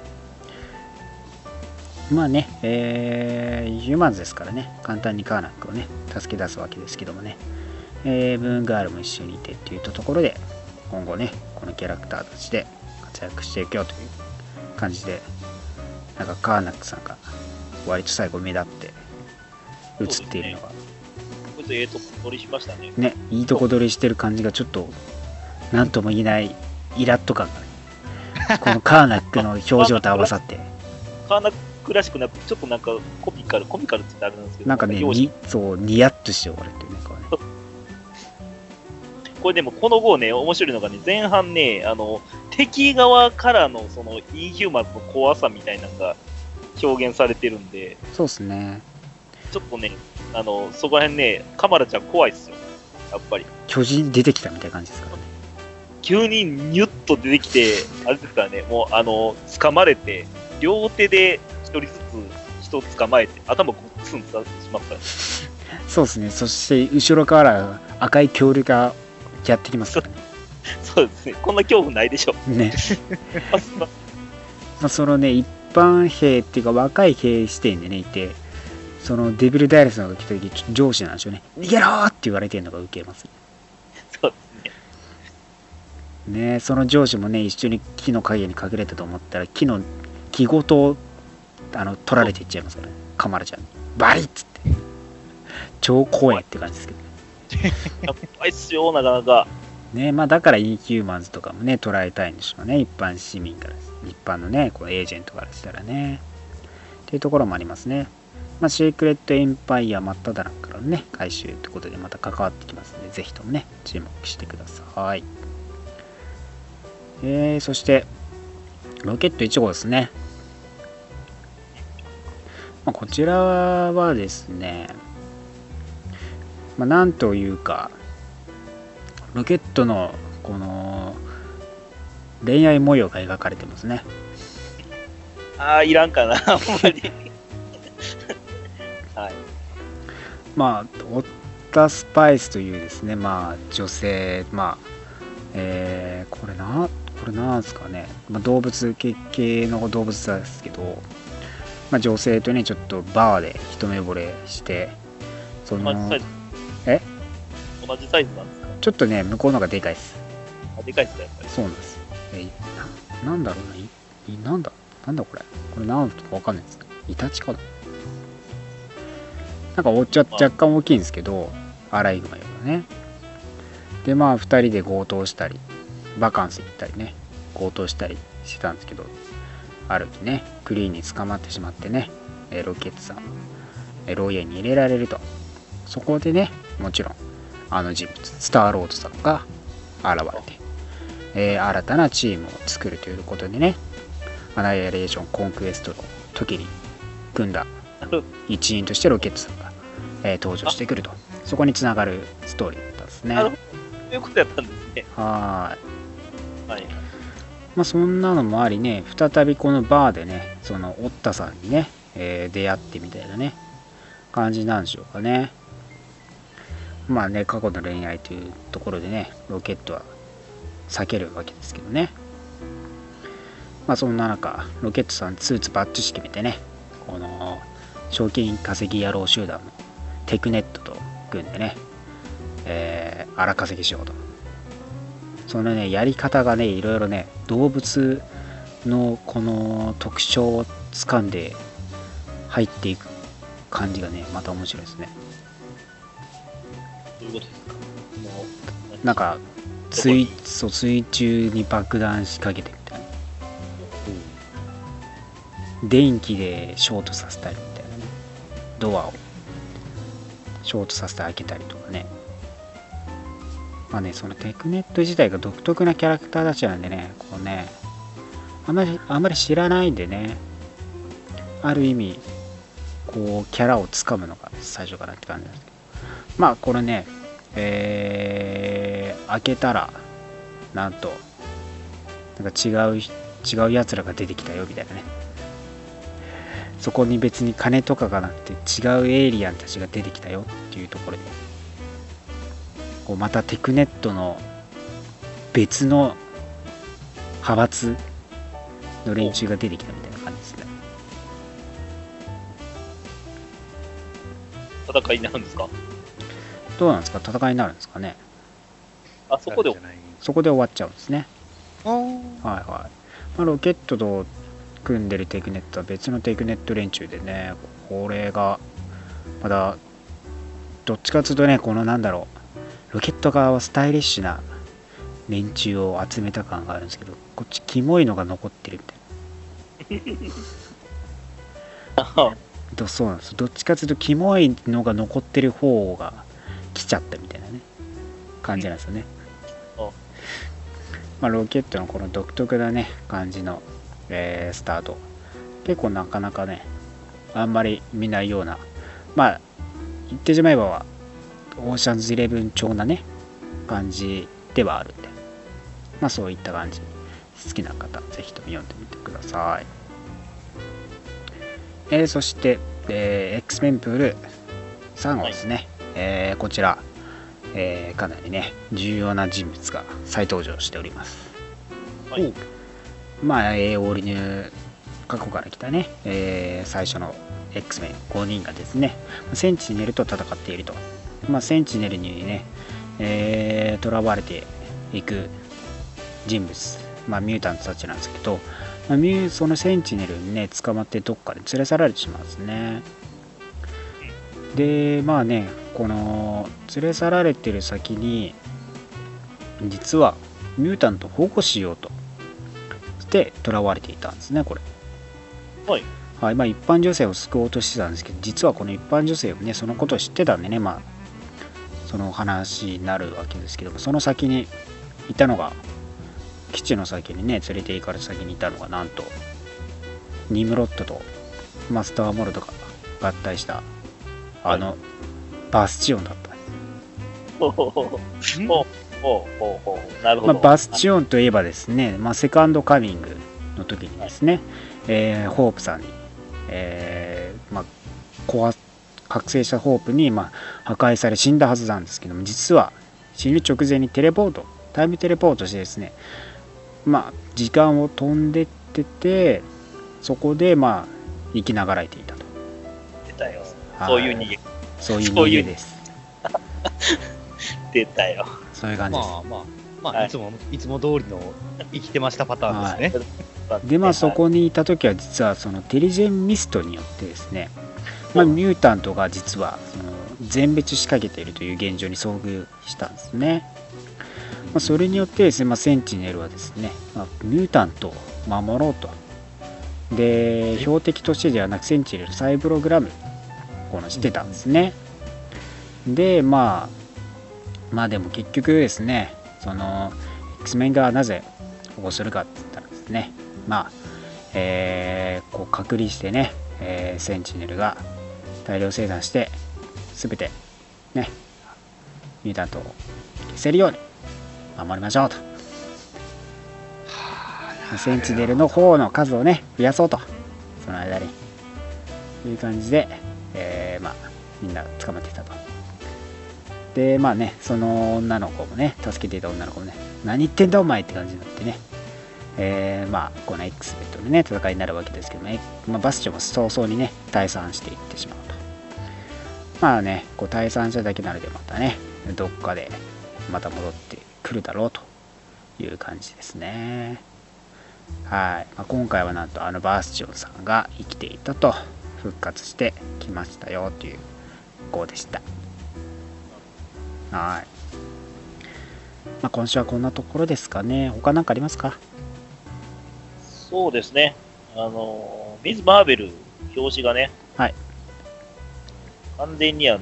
ヒューマンズですからね、簡単にカーナックをね助け出すわけですけどもね、ムーンガールも一緒にいてっていうところで、今後ねこのキャラクターたちで活躍していくよという感じで、なんかカーナックさんが割と最後目立って映っているのが、 こいつとこ取りしましたね。 ね、いいとこ取りしてる感じがちょっと何とも言えないイラッと感がね、このカーナックの表情と合わさってカーナックらしくなく、ちょっとなんかコミカルって言ったらあれなんですけど、 なんかね、ニヤッとしておられてるね、 これでもこの号ね、面白いのがね、前半ね、敵側からのそのインヒューマンズの怖さみたいなのが表現されてるんで、 そうですね。 ちょっとね、そこら辺ね、カマラちゃん怖いっすよ、やっぱり。 巨人出てきたみたいな感じですからね。 急にニュッと出てきて、あれですからね、もう掴まれて、両手で一人ずつ人を捕まえて、頭ごっつんとしますから、ね。 そうですね。そして後ろから赤い恐竜がやってきますからね。 そうですね。こんな恐怖ないでしょ。 ね。そのね、一般兵っていうか若い兵視点でねいて、そのデビル・ダイレスが来た時上司なんでしょうね。逃げろーって言われてるのが受けます、ね。 そうですね。ね、その上司もね一緒に木の陰に隠れたと思ったら木ごと取られていっちゃいますからね。カマラちゃんバリッつって超怖いって感じですけどね。 怖いっすよ、なかなか。 ね、まあだからインヒューマンズとかもね、捉えたいんでしょうね。一般市民から、一般のね、このエージェントからしたらね。っていうところもありますね。まあ、シークレットエンパイア真っ只中からのね、回収ということでまた関わってきますので、ぜひともね、注目してください。そして、ロケット1号ですね。まあ、こちらはですね、まあ、なんというか、ロケットのこの恋愛模様が描かれてますね。 いらんかな、あんまり。はい。 まあ、オッタスパイスというですね、まあ、女性、まあ、これなんですかね、まあ、動物系の動物ですけど、まあ、女性とね、ちょっとバーで一目惚れして、 同じサイズなんですか？ ちょっとね、向こうの方がでかいです。 でかいですか、やっぱり。 そうなんです。なんだろうな、なんだこれ。これ何とかわかんないですけど、イタチかな。なんか若干大きいんですけど、アライグマよりはね。で、まあ、2人で強盗したり、バカンス行ったりね、強盗したりしてたんですけど、ある日ね、クリーンに捕まってしまってね、ロケットさん、牢屋に入れられると。そこでね、もちろん、あの人物、スターロードさんが現れて、新たなチームを作るということでね、アナイレーションコンクエストの時に組んだ一員としてロケットさんが、登場してくると。そこにつながるストーリーだったんですね。 そういうことやったんですね。 はい。 はい。 まあそんなのもありね、再びこのバーでね、そのオッタさんにね、出会ってみたいなね、感じなんでしょうかね。まあね、過去の恋愛というところでね、ロケットは避けるわけですけどね。まあそんな中、ロケットさんスーツバッチリ決めてね、この賞金稼ぎ野郎集団のテクネットと組んでね、荒稼ぎしようと。そのね、やり方がね、いろいろね、動物のこの特徴を掴んで入っていく感じがね、また面白いですね。 どういうことですか？ なんか水中に爆弾仕掛けてみたいな、電気でショートさせたりみたいなね、ドアをショートさせて開けたりとかね。まあね、そのテクネット自体が独特なキャラクターたちなんでね、こうね、あんまり知らないんでね、ある意味こうキャラをつかむのが最初からって感じなんですけど、まあこれね、開けたらなんとなんか違うやつらが出てきたよみたいなね。そこに別に金とかがなくて違うエイリアンたちが出てきたよっていうところで、こうまたテクネットの別の派閥の連中が出てきたみたいな感じですね。 戦いになるんですか？ どうなんですか、戦いになるんですかね。 そこで終わっちゃうんですね。はいはい。まあ、ロケットと組んでるテクネットは別のテクネット連中でね、これがまだどっちかというとね、このなんだろう、ロケット側はスタイリッシュな連中を集めた感があるんですけど、こっちキモいのが残ってるみたいな。そうなんです。どっちかというとキモいのが残ってる方が来ちゃったみたいなね感じなんですよね。まあ、ロケットのこの独特なね感じの、スタート、結構なかなかねあんまり見ないような、まあ言ってしまえばオーシャンズイレブン調なね感じではあるんで、まあそういった感じ好きな方ぜひとも読んでみてください。そして、X メンプール3号ですね、こちら、かなりね重要な人物が再登場しております。 はい、 まあオールニュー過去から来たね、最初の X メン5人がですねセンチネルと戦っていると。まあ、センチネルにね、囚われていく人物、まあ、ミュータントたちなんですけど、まあ、そのセンチネルにね捕まってどっかで連れ去られてしまうんですね。でまあね、この連れ去られてる先に実はミュータントを保護しようとして囚われていたんですね、これ。 はい。 はい、まあ一般女性を救おうとしてたんですけど、実はこの一般女性もね、そのことを知ってたんでね、まあその話になるわけですけども、その先にいたのが、基地の先にね連れて行かれた先にいたのが、なんとニムロットとマスター・モルドが合体したバスチオンだったんです。 ほうほうほうほうほうほうほう、なるほど。 バスチオンといえばですね、セカンドカミングの時にですね、ホープさんに、覚醒したホープに、破壊され死んだはずなんですけども、実は死ぬ直前にタイムテレポートしてですね、時間を飛んでってて、そこで生きながらえていたと。 出たよ。そういう逃げ。 そういう逃げです。 出たよ。 そういう感じです。 はい、いつも通りの生きてましたパターンですね。 はい、でそこにいた時は実はそのテリジェンミストによってですね、ミュータントが実はその全滅しかけているという現状に遭遇したんですね。それによってですね、センチネルはですね、ミュータントを守ろうと。で、標的としてではなくセンチネル再プログラムをしてたんですね。で、でも結局ですね、その X メンがなぜ保護するかって言ったらですね、こう隔離してね、センチネルが大量生産して全てねミュータントを消せるように守りましょうと。センチネルの方の数をね増やそうと、その間にいう感じで、みんな捕まっていたと。でその女の子もね、助けていた女の子もね、何言ってんだお前って感じになってね、この X メンとのね戦いになるわけですけどね、バスチョンも早々にね退散していってしまうと。こう退散しただけなので、またねどっかでまた戻ってくるだろうという感じですね。はい、今回はなんとバスチョンさんが生きていたと復活してきましたよという号でした。はい、今週はこんなところですかね。他何かありますか？ そうですね。ミズ・マーベル表紙がね、 はい、 完全にあ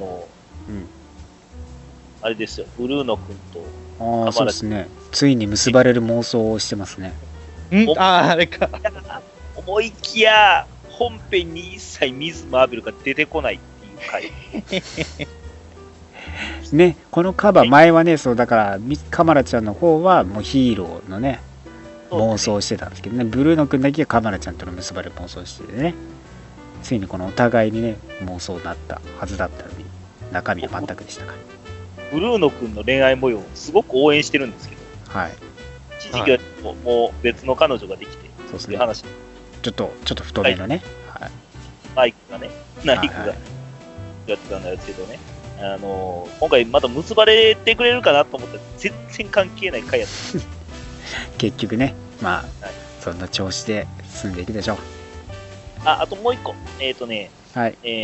れですよ、ブルーノ君とそうですね。ついに結ばれる妄想をしてますね。 あれか。 思いきや本編に一切ミズ・マーベルが出てこないっていう回。 ね、このカバー前はね、そうだからカマラちゃんの方はもうヒーローのね妄想してたんですけどね、ブルーノ君だけがカマラちゃんとの結ばれる妄想しててね、ついにこのお互いにね妄想になったはずだったのに中身は全くでしたか。 ブルーノ君の恋愛模様をすごく応援してるんですけど、 はい、 一時期はもう別の彼女ができて、 そうですね、 話ちょっと太めのね、はい、 マイクがやってたんですけどね、今回また結ばれてくれるかなと思ったら全然関係ない回やった結局ね、そんな調子で進んでいくでしょう。 あともう一個、 はい、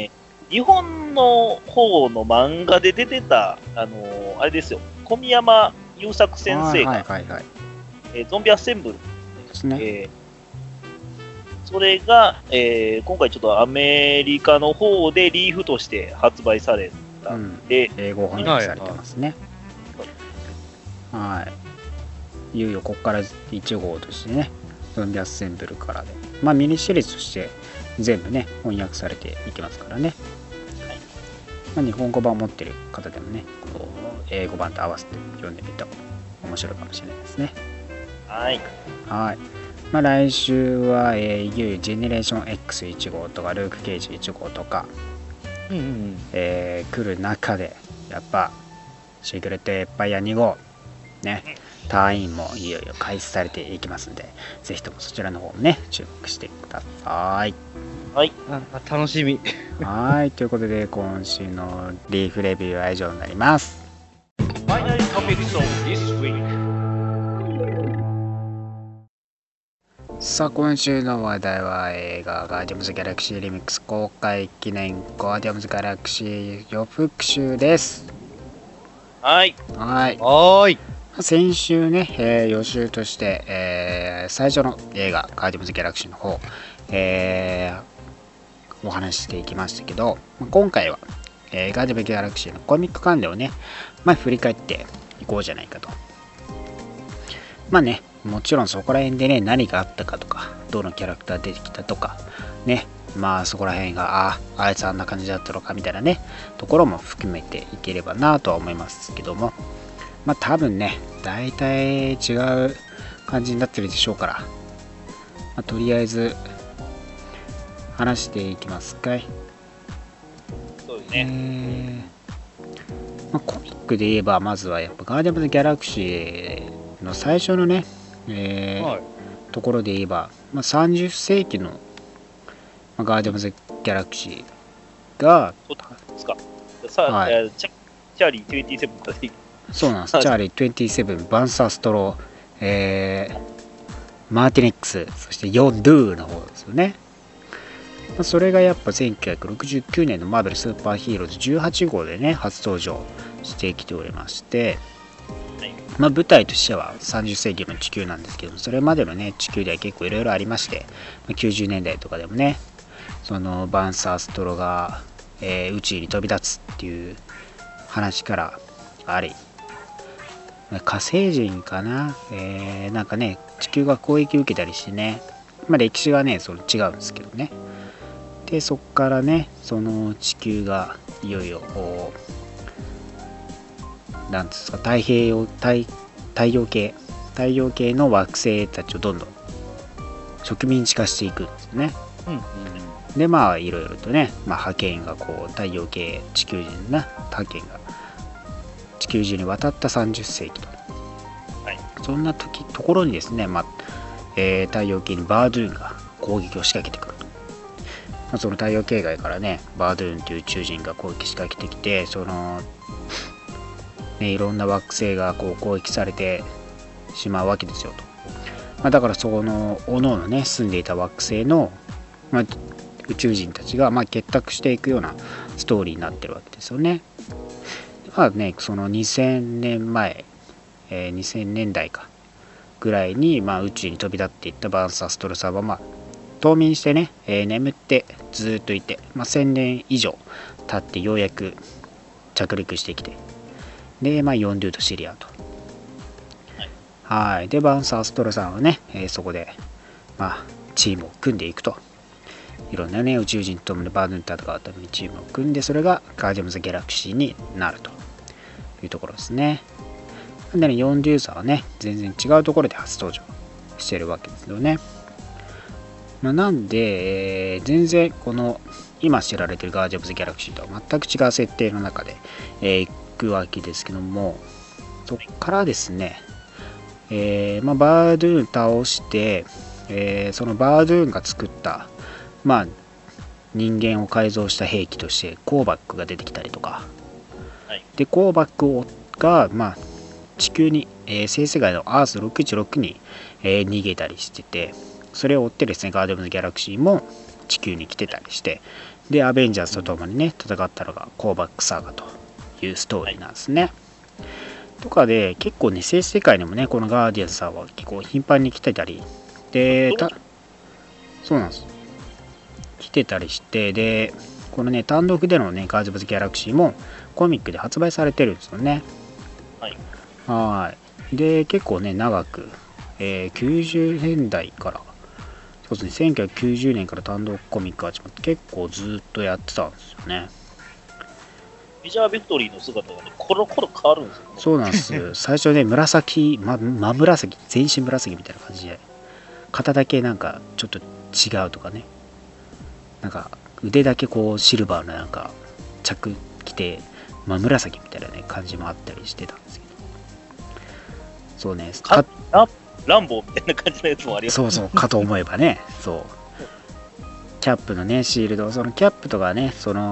日本の方の漫画で出てた、あれですよ、小宮山優作先生が、ゾンビアッセンブルですね、 それが、今回ちょっとアメリカの方でリーフとして発売されたんで、 英語翻訳されてますね。はい、いよいよここから1号としてね、ゾンビアッセンブルからで、ミニシリーズとして全部ね翻訳されていきますからね、日本語版を持ってる方でもね、こう英語版と合わせて読んでみると面白いかもしれないですね。 はい。 来週は、いよいよジェネレーション X1 号とかルーク・ケイジ1号とか、来る中でやっぱシークレット・エッパイア2号ね、隊員もいよいよ開始されていきますんで、ぜひともそちらの方もね注目してください。 はい、 楽しみ。 はい、ということで今週のリーフレビューは以上になります。さあ今週の話題は映画ガーディアムズ・ギャラクシー・リミックス公開記念ガーディアムズ・ギャラクシー予復習です。 はい。 はい。 先週ね、予習として、最初の映画ガーディアンズ・ギャラクシーの方、お話ししていきましたけど、今回は、ガーディアンズ・ギャラクシーのコミック関連をね、振り返っていこうじゃないかと。もちろんそこら辺でね、何があったかとか、どのキャラクター出てきたとかね、そこら辺があいつあんな感じだったのかみたいなねところも含めていければなとは思いますけども、多分ね大体違う感じになってるでしょうから、とりあえず話していきますかい。 そうですね。 コミックで言えばまずはやっぱガーディアンズ・ギャラクシーの最初のね、ところで言えば、30世紀のガーディアンズ・ギャラクシーが、 そうですか。チャーリー27からでいい。 そうなんです。チャーリー27、バンサーストロ、マーティネックス、そしてヨンドゥーの方ですよね。それがやっぱ1969年のマーベルスーパーヒーローズ18号でね、初登場してきておりまして、舞台としては30世紀の地球なんですけども、それまでのね、地球では結構いろいろありまして、90年代とかでもね、そのバンサーストロが、宇宙に飛び立つっていう話からあり、火星人かな、なんかね地球が攻撃を受けたりしてね、歴史がねその違うんですけどね。でそっからねその地球がいよいよなんですか太陽系の惑星たちをどんどん植民地化していくんですよね。でいろいろとね、覇権が太陽系地球人の覇権が地球中に渡った30世紀と、そんなところにですね、太陽系にバードゥーンが攻撃を仕掛けてくると、その太陽系外からねバードゥーンという宇宙人が攻撃仕掛けてきて、その、いろんな惑星が攻撃されてしまうわけですよと。だからその各々ね住んでいた惑星の、宇宙人たちが結託していくようなストーリーになってるわけですよね。その2000年前、2000年代かぐらいに、宇宙に飛び立っていったバンサーストロさんは、冬眠してね、眠ってずっといて、1000年以上経ってようやく着陸してきて、で、ヨンドゥと知り合うと。はい。で、バンサーストロさんはね、そこで、チームを組んでいくと。いろんなね、宇宙人ともにバードゥーンと戦うためにチームを組んで、それがガーディアンズ・ギャラクシーになるというところですね。でね、ヨンドゥーさんはね、全然違うところで初登場してるわけですよね。なんで、全然この今知られてるガーディアンズ・ギャラクシーとは全く違う設定の中で、いくわけですけども、そっからですね、バードゥーン倒して、そのバードゥーンが作った人間を改造した兵器としてコーバックが出てきたりとか、でコーバックが地球に、生成外のアース616に、逃げたりしてて、それを追ってですねガーディアンズ・ギャラクシーも地球に来てたりして、でアベンジャーズと共にね戦ったのがコーバックサガというストーリーなんですね。とかで結構ね生成世界にもねこのガーディアンズさんは結構頻繁に来てたりで、そうなんです、来てたりして、でこのね単独でのねガーディアンズ・ギャラクシーもコミックで発売されてるんですよね。はいで結構ね長く、90年代からそうですね1990年から単独コミック始まって結構ずっとやってたんですよね。 メジャービクトリーの姿がねコロコロ変わるんですよ。 そうなんです最初ね紫、真紫、全身紫みたいな感じで、肩だけなんかちょっと違うとかね、なんか腕だけシルバーのなんか着着て真紫みたいなね感じもあったりしてたんですけど、そうねランボーみたいな感じのやつもあります。 そうかと思えばねそうキャップのねシールド、そのキャップとかね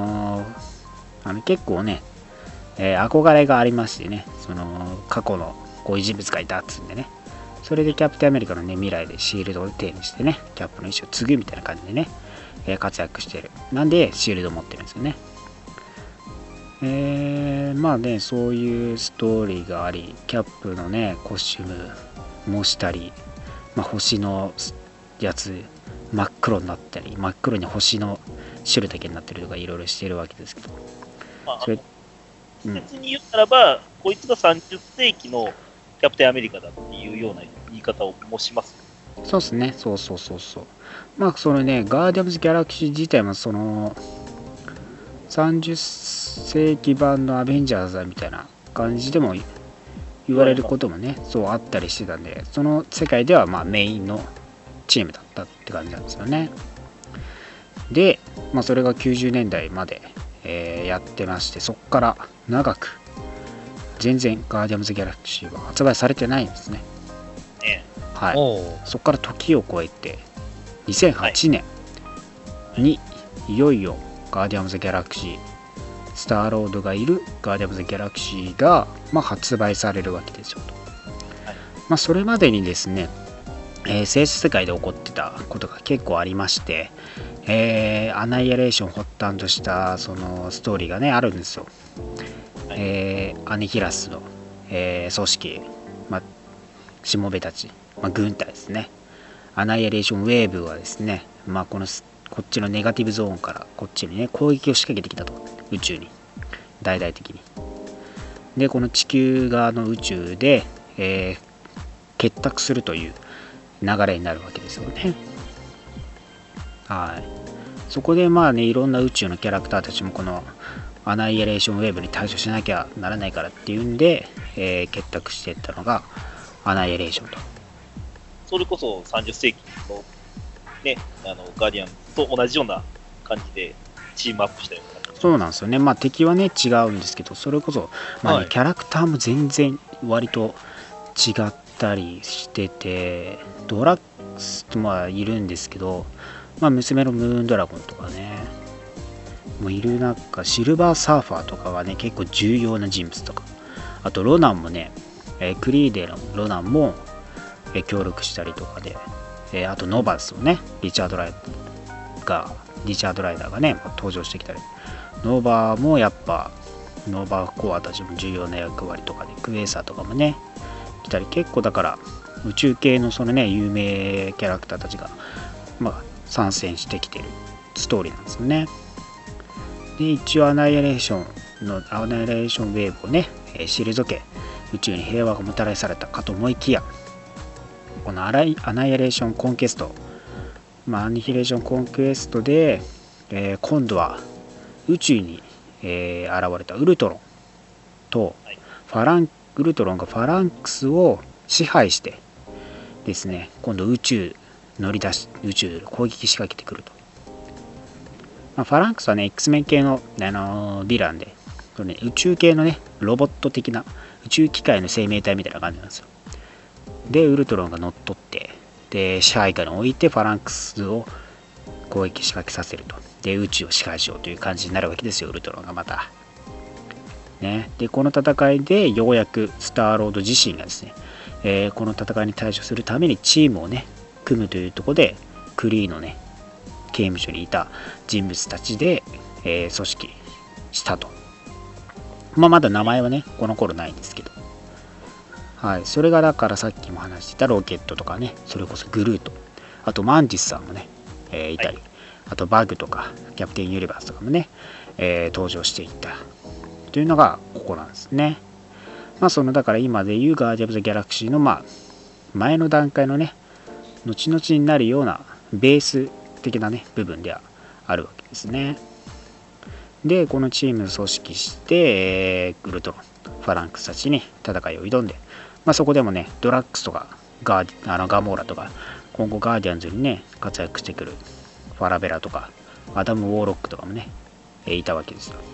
結構ね、憧れがありましてね、その過去のこういう人物がいたっつうんでね、それでキャプテンアメリカのね未来でシールドを手にしてねキャップの意思を継ぐみたいな感じでね、活躍してる。なんでシールドを持ってるんですよね。 まあね、そういうストーリーがあり、キャップのね、コスチューム模したり、星のやつ、真っ黒になったり、真っ黒に星の汁だけになってるとか、いろいろしてるわけですけど。それ別に言ったらば、こいつが30世紀のキャプテンアメリカだっていうような言い方をもします。 そうですね、そう。そのね、ガーディアムズ・ギャラクシー自体も、その、30世紀版のアベンジャーズみたいな感じでも言われることもね、そうあったりしてたんで、その世界ではメインのチームだったって感じなんですよね。で、それが90年代まで、やってまして、そこから長く全然ガーディアムズ・ギャラクシーは発売されてないんですね。はい、そこから時を超えて2008年にいよいよガーディアムズ・ギャラクシー、スターロードがいるガーディアムズ・ギャラクシーが、発売されるわけですよと。それまでにですね、静止世界で起こってたことが結構ありまして、アナイエレーションを発端としたそのストーリーがねあるんですよ。アニヒラスの、組織、しもべたち、軍隊ですね。アナイエレーションウェーブはですね、こっちのネガティブゾーンからこっちにね攻撃を仕掛けてきたと、宇宙に大々的に。でこの地球側の宇宙で、結託するという流れになるわけですよね。はい。そこでいろんな宇宙のキャラクターたちもこのアナイエレーションウェーブに対処しなきゃならないからっていうんで、結託していったのがアナイエレーションと。 それこそ30世紀のね、ガーディアンと同じような感じでチームアップしたような感じ。 そうなんですよね。敵はね違うんですけど、それこそ、キャラクターも全然割と違ったりしてて、ドラッグスといるんですけど、娘のムーンドラゴンとかねもういる中、シルバーサーファーとかはね結構重要な人物とか、あとロナンもね、クリーデのロナンも、協力したりとかで、あとノバスをねリチャードライダーがね登場してきたり、ノバもやっぱノバコアたちも重要な役割とかで、クエーサーとかもね来たり、結構だから宇宙系のそのね有名キャラクターたちが参戦してきてるストーリーなんですよね。で一応アナイエレーションウェーブをね退け、宇宙に平和がもたらされたかと思いきや、このアナイエレーションコンケスト、アニヒレーションコンクストで、今度は宇宙に、現れたウルトロンとウルトロンがファランクスを支配してですね、今度宇宙攻撃仕掛けてくると。ファランクスはね X メン系の、ヴィランで、宇宙系のねロボット的な宇宙機械の生命体みたいな感じなんですよ。でウルトロンが乗っ取って、で支配下に置いてファランクスを攻撃仕掛けさせると。で宇宙を支配しようという感じになるわけですよ、ウルトロンがまたね。でこの戦いでようやくスターロード自身がですね、この戦いに対処するためにチームをね組むというところで、クリーのね刑務所にいた人物たちで、組織したと。まだ名前はねこの頃ないんですけど、はい、それがだからさっきも話してたロケットとかね、それこそグルート、あとマンティスさんもね、いたり、あとバグとかキャプテンユニバースとかもね、登場していったというのがここなんですね。そのだから今でいうガーディアムズ・ギャラクシーの前の段階のね後々になるようなベース的なね部分ではあるわけですね。でこのチームを組織して、ウルトロンファランクスたちに戦いを挑んで、そこでもねドラッグスとかガモーラとか、今後ガーディアンズにね活躍してくるファラベラとかアダム・ウォーロックとかもね、いたわけですよ。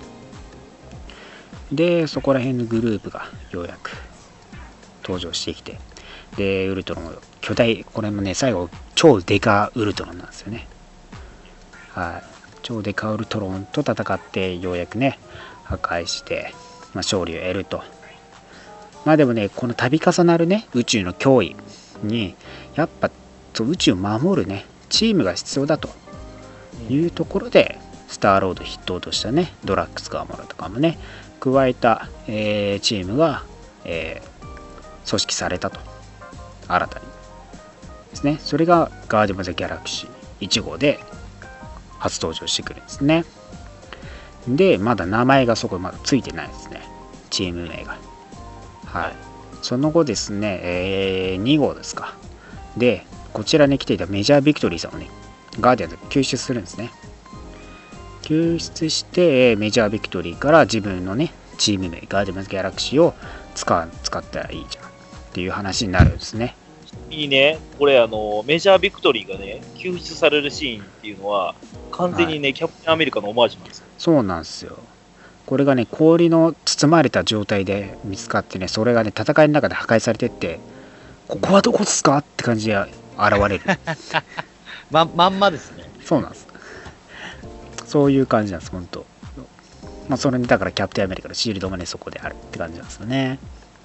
でそこら辺のグループがようやく登場してきて、でウルトロン巨大、これもね最後超デカウルトロンなんですよね。はい、超デカウルトロンと戦ってようやくね破壊して、勝利を得ると。でもねこの度重なるね宇宙の脅威にやっぱ宇宙を守るねチームが必要だというところで、スターロード筆頭としたねドラッグス・ガモラとかもね加えた、チームが、組織されたと、新たにですね。それがガーディアンズ・ギャラクシー1号で初登場してくるんですね。で、まだ名前がそこまだついてないですね、チーム名が。はい。その後ですね、2号ですか。で、こちらに来ていたメジャービクトリーさんをね、ガーディアンズが救出するんですね。救出して、メジャービクトリーから自分のね、チーム名、ガーディアンズ・ギャラクシーを使ったらいいじゃんっていう話になるんですね。 いいね、これメジャービクトリーがね、救出されるシーンっていうのは、完全にね、キャプテンアメリカのオマージュなんですよ。 そうなんですよ。これがね、氷の包まれた状態で見つかってね、それがね、戦いの中で破壊されてって、ここはどこですかって感じで現れる。 まんまですね。 そうなんです。そういう感じなんです、本当。まあ、それにだからキャプテンアメリカのシールドもね、そこであるって感じなんですよね。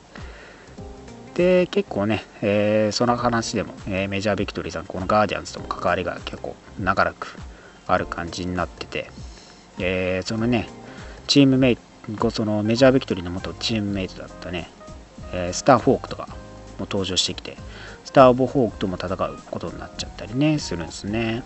で、結構ね、その話でも、メジャービクトリーさん、このガーディアンズとも関わりが結構長らくある感じになってて、そのね、チームメイト、そのメジャービクトリーの元チームメイトだったね、スター・フォークとかも登場してきて、スター・オブ・フォークとも戦うことになっちゃったりね、するんですね。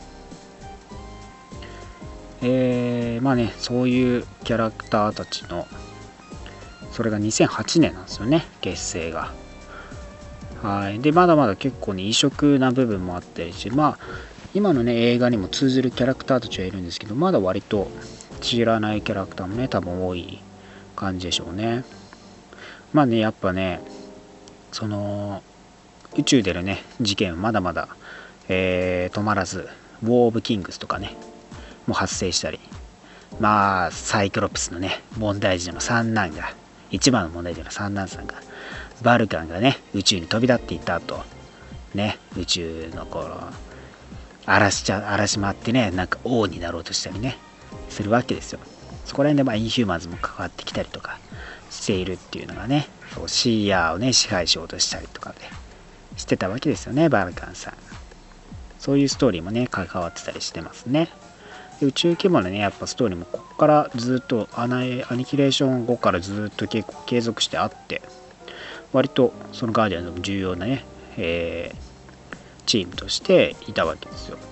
まあね、そういうキャラクターたちの、それが2008年なんですよね、結成が。はい。で、まだまだ結構ね、異色な部分もあったりして、まあ、今のね、映画にも通ずるキャラクターたちはいるんですけど、まだ割と知らないキャラクターもね、多分多い感じでしょうね。まあね、やっぱね、その、宇宙でのね、事件はまだまだ、止まらず、ウォー・オブ・キングスとかね、も発生したり、まあサイクロプスのね問題児の三男が、一番の問題児の三男さんが、バルカンがね宇宙に飛び立っていった後ね、宇宙のこの荒らし回ってね、なんか王になろうとしたりねするわけですよ。そこら辺でまあインヒューマンズも関わってきたりとかしているっていうのがね、そうシーヤーをね支配しようとしたりとかでしてたわけですよね、バルカンさん。そういうストーリーもね関わってたりしてますね。宇宙規模のねやっぱストーリーもここからずっとアニキレーション後からずっと結構継続してあって、割とそのガーディアンズの重要なね、チームとしていたわけですよ。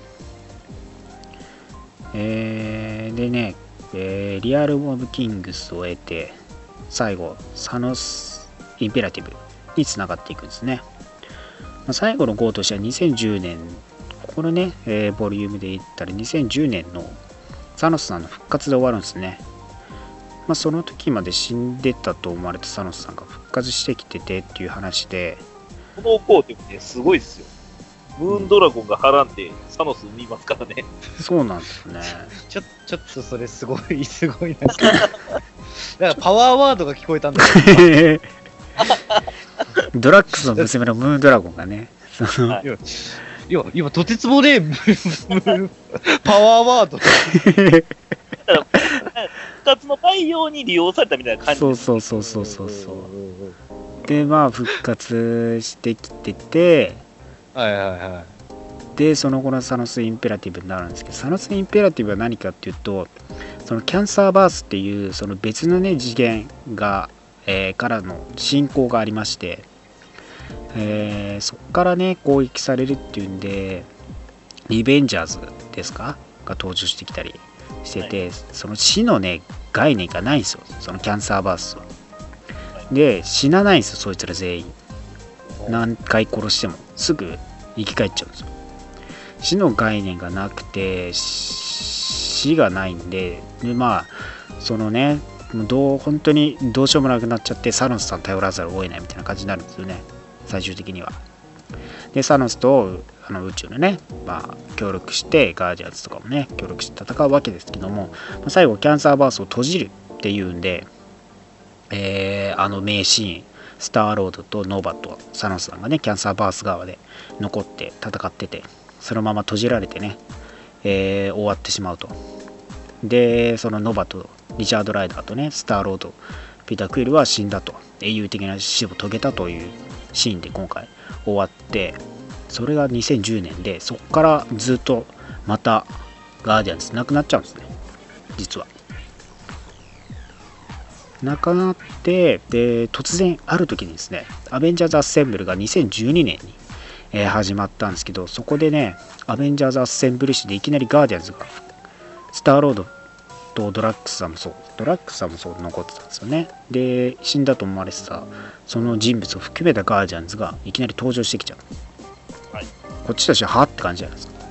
でね、リアル・オブ・キングスを得て最後サノス・インペラティブにつながっていくんですね。最後の号としては2010年、これね、ボリュームで言ったら2010年のサノスさんの復活で終わるんですね。その時まで死んでたと思われたサノスさんが復活してきててっていう話で、 このコーティブね、すごいですよ。ムーンドラゴンがはらんでサノス産みますからね。 そうなんですね。 ちょっとそれすごいなんですけど。だからパワーワードが聞こえたんだよ。 ドラックスの娘のムーンドラゴンがね、 はい、いや今とてつもねえパワーワード復活の培養に利用されたみたいな感じ。 そうでまあ復活してきてて、でその後のサノスインペラティブになるんですけど、サノスインペラティブは何かっていうと、そのキャンサーバースっていうその別のね次元が、からの進行がありまして、そこからね攻撃されるっていうんで、リベンジャーズですかが登場してきたりしてて、はい、その死のね概念がないんですよ、そのキャンサーバースは。で死なないんですよ、そいつら全員。何回殺してもすぐ生き返っちゃうんですよ。死の概念がなくて死がないんで、まあそのね本当にどうしようもなくなっちゃって、サノスさん頼らざるを得ないみたいな感じになるんですよね、最終的には。でサノスと宇宙のね、協力してガーディアンズとかもね協力して戦うわけですけども、最後キャンサーバースを閉じるっていうんで、名シーン、スターロードとノーバとサノスさんがねキャンサーバース側で残って戦ってて、そのまま閉じられてね、終わってしまうと。でそのノバとリチャード・ライダーとねスターロード、ピーター・クイルは死んだと、英雄的な死を遂げたというシーンで今回終わって、それが2010年で、そこからずっとまたガーディアンズなくなっちゃうんですね、実は。 なくなって、で突然ある時にですね、アベンジャーズ・アッセンブルが2012年に、始まったんですけど、そこでね、アベンジャーズ・アッセンブル誌でいきなりガーディアンズがスターロードとドラッグスさんもそう残ってたんですよね。で死んだと思われてたその人物を含めたガーディアンズがいきなり登場してきちゃう、はい、こっちたちははって感じじゃないですか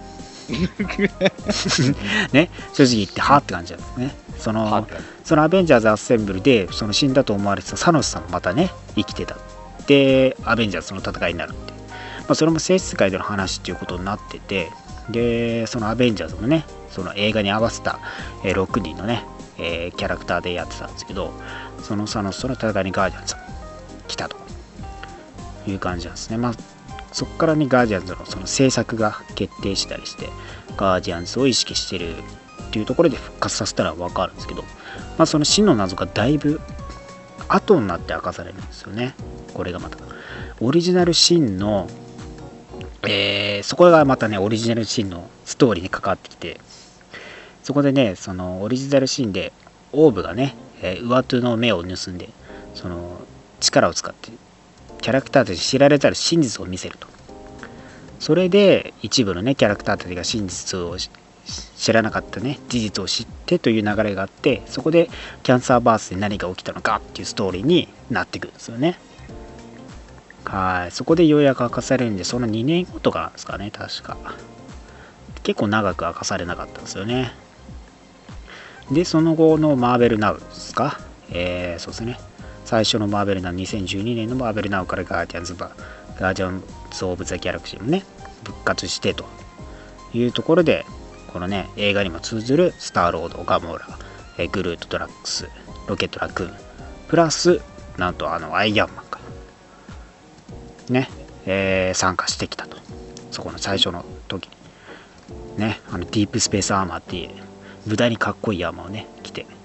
ね、正直言ってはって感じなんですね。そのアベンジャーズ・アッセンブルでその死んだと思われてたサノスさんもまたね生きてたで、アベンジャーズの戦いになるって、それも生質界での話っていうことになってて、でそのアベンジャーズもねその映画に合わせた、6人のね、キャラクターでやってたんですけど、そのサノスとの戦いにガーディアンズが来たという感じなんですね。そこからねガーディアンズのその制作が決定したりして、ガーディアンズを意識してるっていうところで復活させたら分かるんですけど、その真の謎がだいぶ後になって明かされるんですよね。これがまたオリジナルシンの、そこがまたねオリジナルシンのストーリーに関わってきて、そこでねそのオリジナルシーンでオーブがね、上手の目を盗んでその力を使ってキャラクターたちに知られざる真実を見せると。それで一部のねキャラクターたちが真実を知らなかったね事実を知ってという流れがあって、そこでキャンサーバースで何が起きたのかっていうストーリーになってくるんですよね。はい、そこでようやく明かされるんで、その2年後とかなんですかね、確か結構長く明かされなかったんですよね。でその後のマーベルナウですか、そうですね、最初のマーベルナウ、2012年のマーベルナウからガーディアンズ・オブ・ザ・ギャラクシーもね復活してというところで、このね映画にも通ずるスターロード、ガモーラ、グルート・ドラッグス、ロケット・ラクーンプラスなんとアイアンマンがね、参加してきたと。そこの最初の時ね、ディープスペースアーマーっていう無駄にかっこいいアーマーをね着て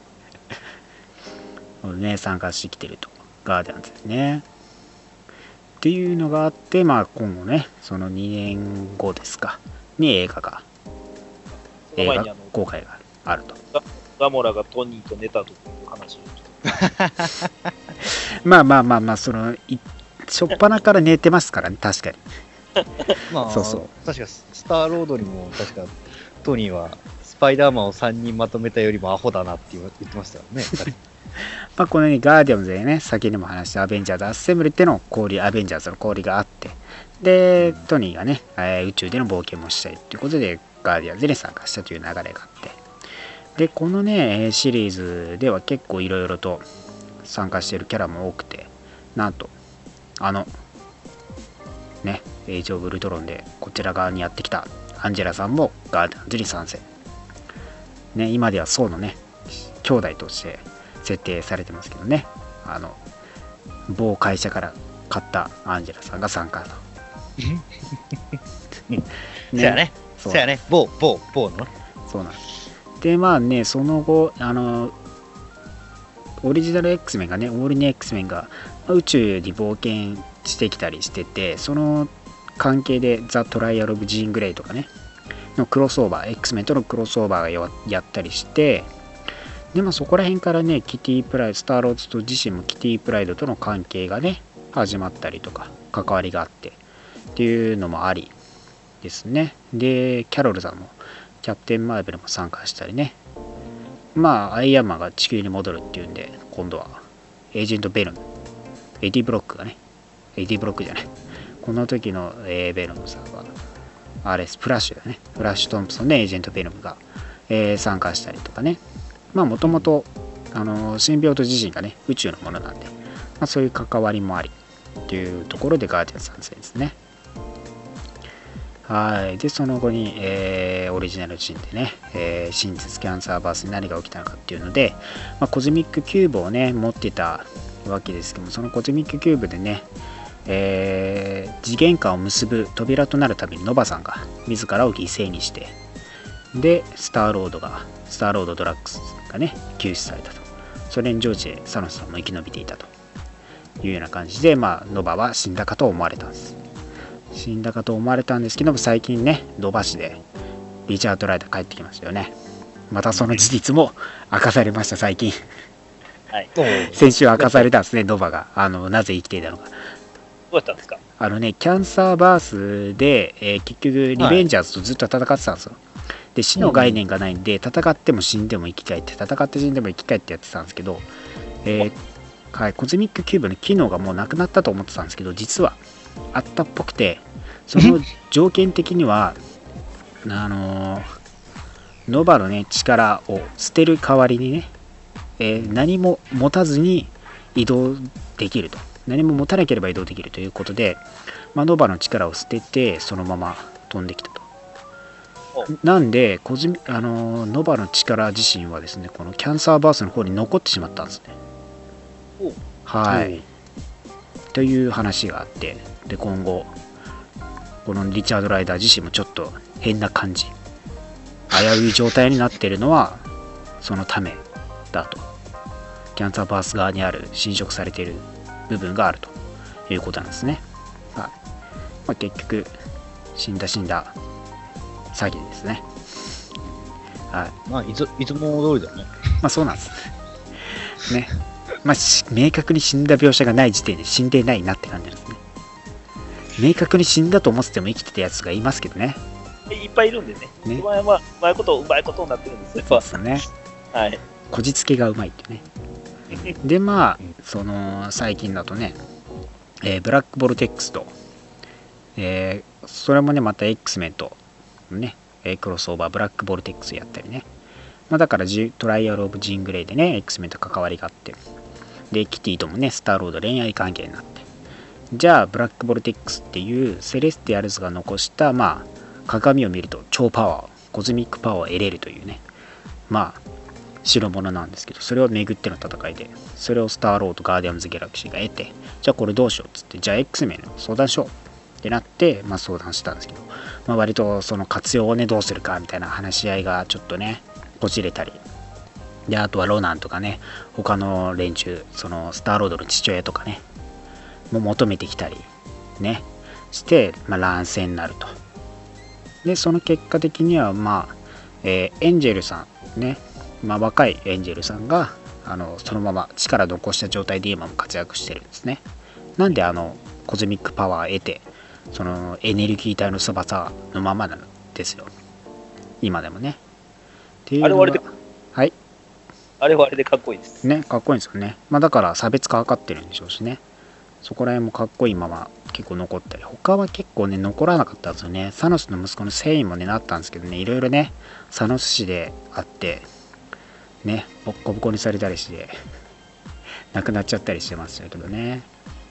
ね参加してきてると、ガーディアンズですねっていうのがあって、今後ねその2年後ですかに映画公開があると。 ガモラがトニーと寝たという話をその初っ端から寝てますからね、確かにそう確かスターロードにも確かトニーはスパイダーマンを3人まとめたよりもアホだなって言ってましたよねこのようにガーディアンズでね先にも話したアベンジャーズ・アッセンブルってのアベンジャーズの氷があって、でトニーがね、宇宙での冒険もしたいということでガーディアンズに参加したという流れがあって、でこのねシリーズでは結構いろいろと参加しているキャラも多くて、なんとエイジ・オブ・ウルトロンでこちら側にやってきたアンジェラさんもガーディアンズに参戦、ね、今ではソーのね兄弟として設定されてますけどね、某会社から買ったアンジェラさんが参加とそうやね某のそうなんです。でその後オリジナル X メンがね、オールニ X メンが宇宙に冒険してきたりしてて、その関係でザ・トライアル・オブ・ジーン・グレイとかねのクロスオーバー、 X メンとのクロスオーバーがやったりして、でそこら辺からねキティプライド、スターローズと自身もキティプライドとの関係がね始まったりとか関わりがあってっていうのもありですね。でキャロルさんもキャプテンマーベルも参加したりね、アイアンマンが地球に戻るっていうんで、今度はエージェントベルム、エディブロックじゃない、この時のベルムさんはあれフラッシュだね、フラッシュトンプソンでエージェントベルムが、参加したりとかね、もともとシンビオト自身がね宇宙のものなんで、そういう関わりもありっていうところでガーディアン参戦ですね。はい。でその後に、オリジナルシーンでね、真実キャンサーバースに何が起きたのかっていうので、コズミックキューブをね持ってたわけですけども、そのコズミックキューブでね、次元間を結ぶ扉となるためにノバさんが自らを犠牲にして、でスターロードドラッグスがね救出されたと。それに乗じてサノスさんも生き延びていたというような感じで、ノバは死んだかと思われたんですけども、最近ねノバ市でリチャード・ライダー帰ってきましたよね。またその事実も明かされました最近はい。 先週明かされたんですね、ノバが。なぜ生きていたのか。 どうやったんですか？ キャンサーバースで、結局、リベンジャーズとずっと戦ってたんですよ。で、死の概念がないんで、戦っても死んでも生き返って、戦って死んでも生き返ってやってたんですけど、はい、コズミックキューブの機能がもうなくなったと思ってたんですけど、実はあったっぽくて、その条件的には、ノバのね、力を捨てる代わりにね、何も持たずに移動できると。何も持たなければ移動できるということで、ノバの力を捨てて、そのまま飛んできたと。なんでノバの力自身はですね、このキャンサーバースの方に残ってしまったんですね。はい。という話があって、で今後、このリチャード・ライダー自身もちょっと変な感じ、危うい状態になっているのはそのためだと。キャンサーバース側にある侵食されている部分があるということなんですね。はい。結局、死んだ詐欺ですね。 はい。いつも通りだね。 そうなんです。ね。明確に死んだ描写がない時点で死んでないなって感じですね。明確に死んだと思ってても生きてたやつがいますけどね。 いっぱいいるんでね。うまいことになってるんですよ。 そうですね。はい。こじつけがうまいってね。で、その最近だとね、ブラックボルテックスと、それもね、また X メンとね、クロスオーバーブラックボルテックスやったりね。だからトライアルオブジングレイでね、X メンと関わりがあって、で、キティともね、スターロード恋愛関係になって、じゃあ、ブラックボルテックスっていうセレスティアルズが残した、鏡を見ると超パワー、コズミックパワーを得れるというね、代物なんですけど、それを巡っての戦いで、それをスターロード、ガーディアムズ・ギャラクシーが得て、じゃあこれどうしようっつって、じゃあ X メンの相談しようってなって、相談したんですけど、割とその活用をね、どうするかみたいな話し合いがちょっとね、こじれたり、で、あとはロナンとかね、他の連中、そのスターロードの父親とかね、も求めてきたりねして、乱戦になると。でその結果的にはエンジェルさんね、若いエンジェルさんがそのまま力残した状態で今も活躍してるんですね。なんでコズミックパワーを得て、そのエネルギー体の翼のままなんですよ、今でもね。っていうのははい、 あれはあれでかっこいいですね。かっこいいんですよね。だから差別化かかってるんでしょうしね。そこら辺もかっこいいまま結構残ったり、他は結構ね残らなかったんですよね。サノスの息子のセインもねなったんですけどね、いろいろねサノス市であってね、ボッコボコにされたりして亡くなっちゃったりしてましたけどね。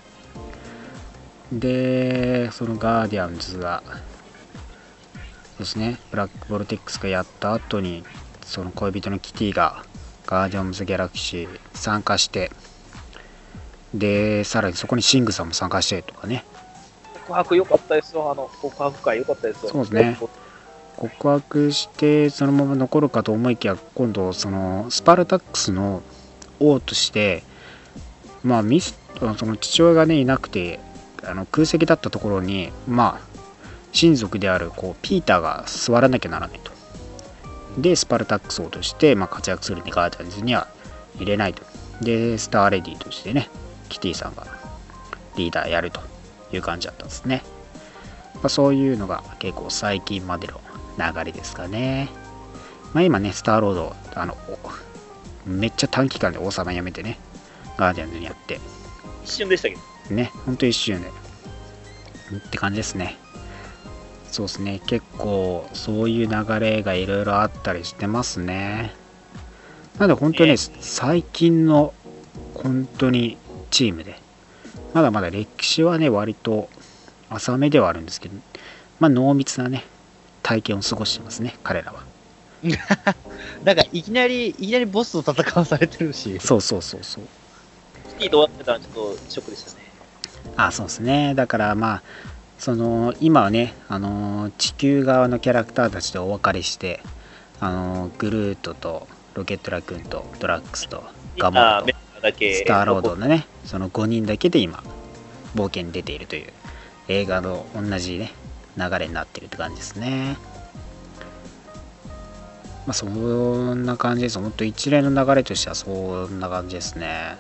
でそのガーディアンズがですね、ブラックボルテックスがやった後に、その恋人のキティがガーディアムズ・ギャラクシー参加して、でさらにそこにシングさんも参加してとかね。 告白良かったですよ。告白会良かったですよ。 そうですね。告白してそのまま残るかと思いきや、今度そのスパルタックスの王として、その父親がねいなくて空席だったところに親族であるピーターが座らなきゃならないと。でスパルタックス王として、活躍するんでガーディアンズには入れないと。でスターレディとしてね、キティさんがリーダーやるという感じだったんですね。そういうのが結構最近までの流れですかね。今ねスターロードめっちゃ短期間で王様辞めてね、ガーディアンズにやって一瞬でしたけどね、ほんと一瞬でって感じですね。そうですね、結構そういう流れがいろいろあったりしてますね。なので本当にね、最近の本当にチームでまだまだ歴史はね割と浅めではあるんですけど、濃密なね体験を過ごしてますね、彼らは。 なんかいきなりボスと戦わされてるし。 そう。 スピード終わってたのはちょっとショックでしたね。 そうですね。だから今はね地球側のキャラクターたちでお別れして、グルートとロケットラクーンとドラッグスとガモラとスターロードのね、その5人だけで今冒険に出ているという映画の同じね流れになってるって感じですね。 まあそんな感じです。本当一連の流れとしてはそんな感じですね。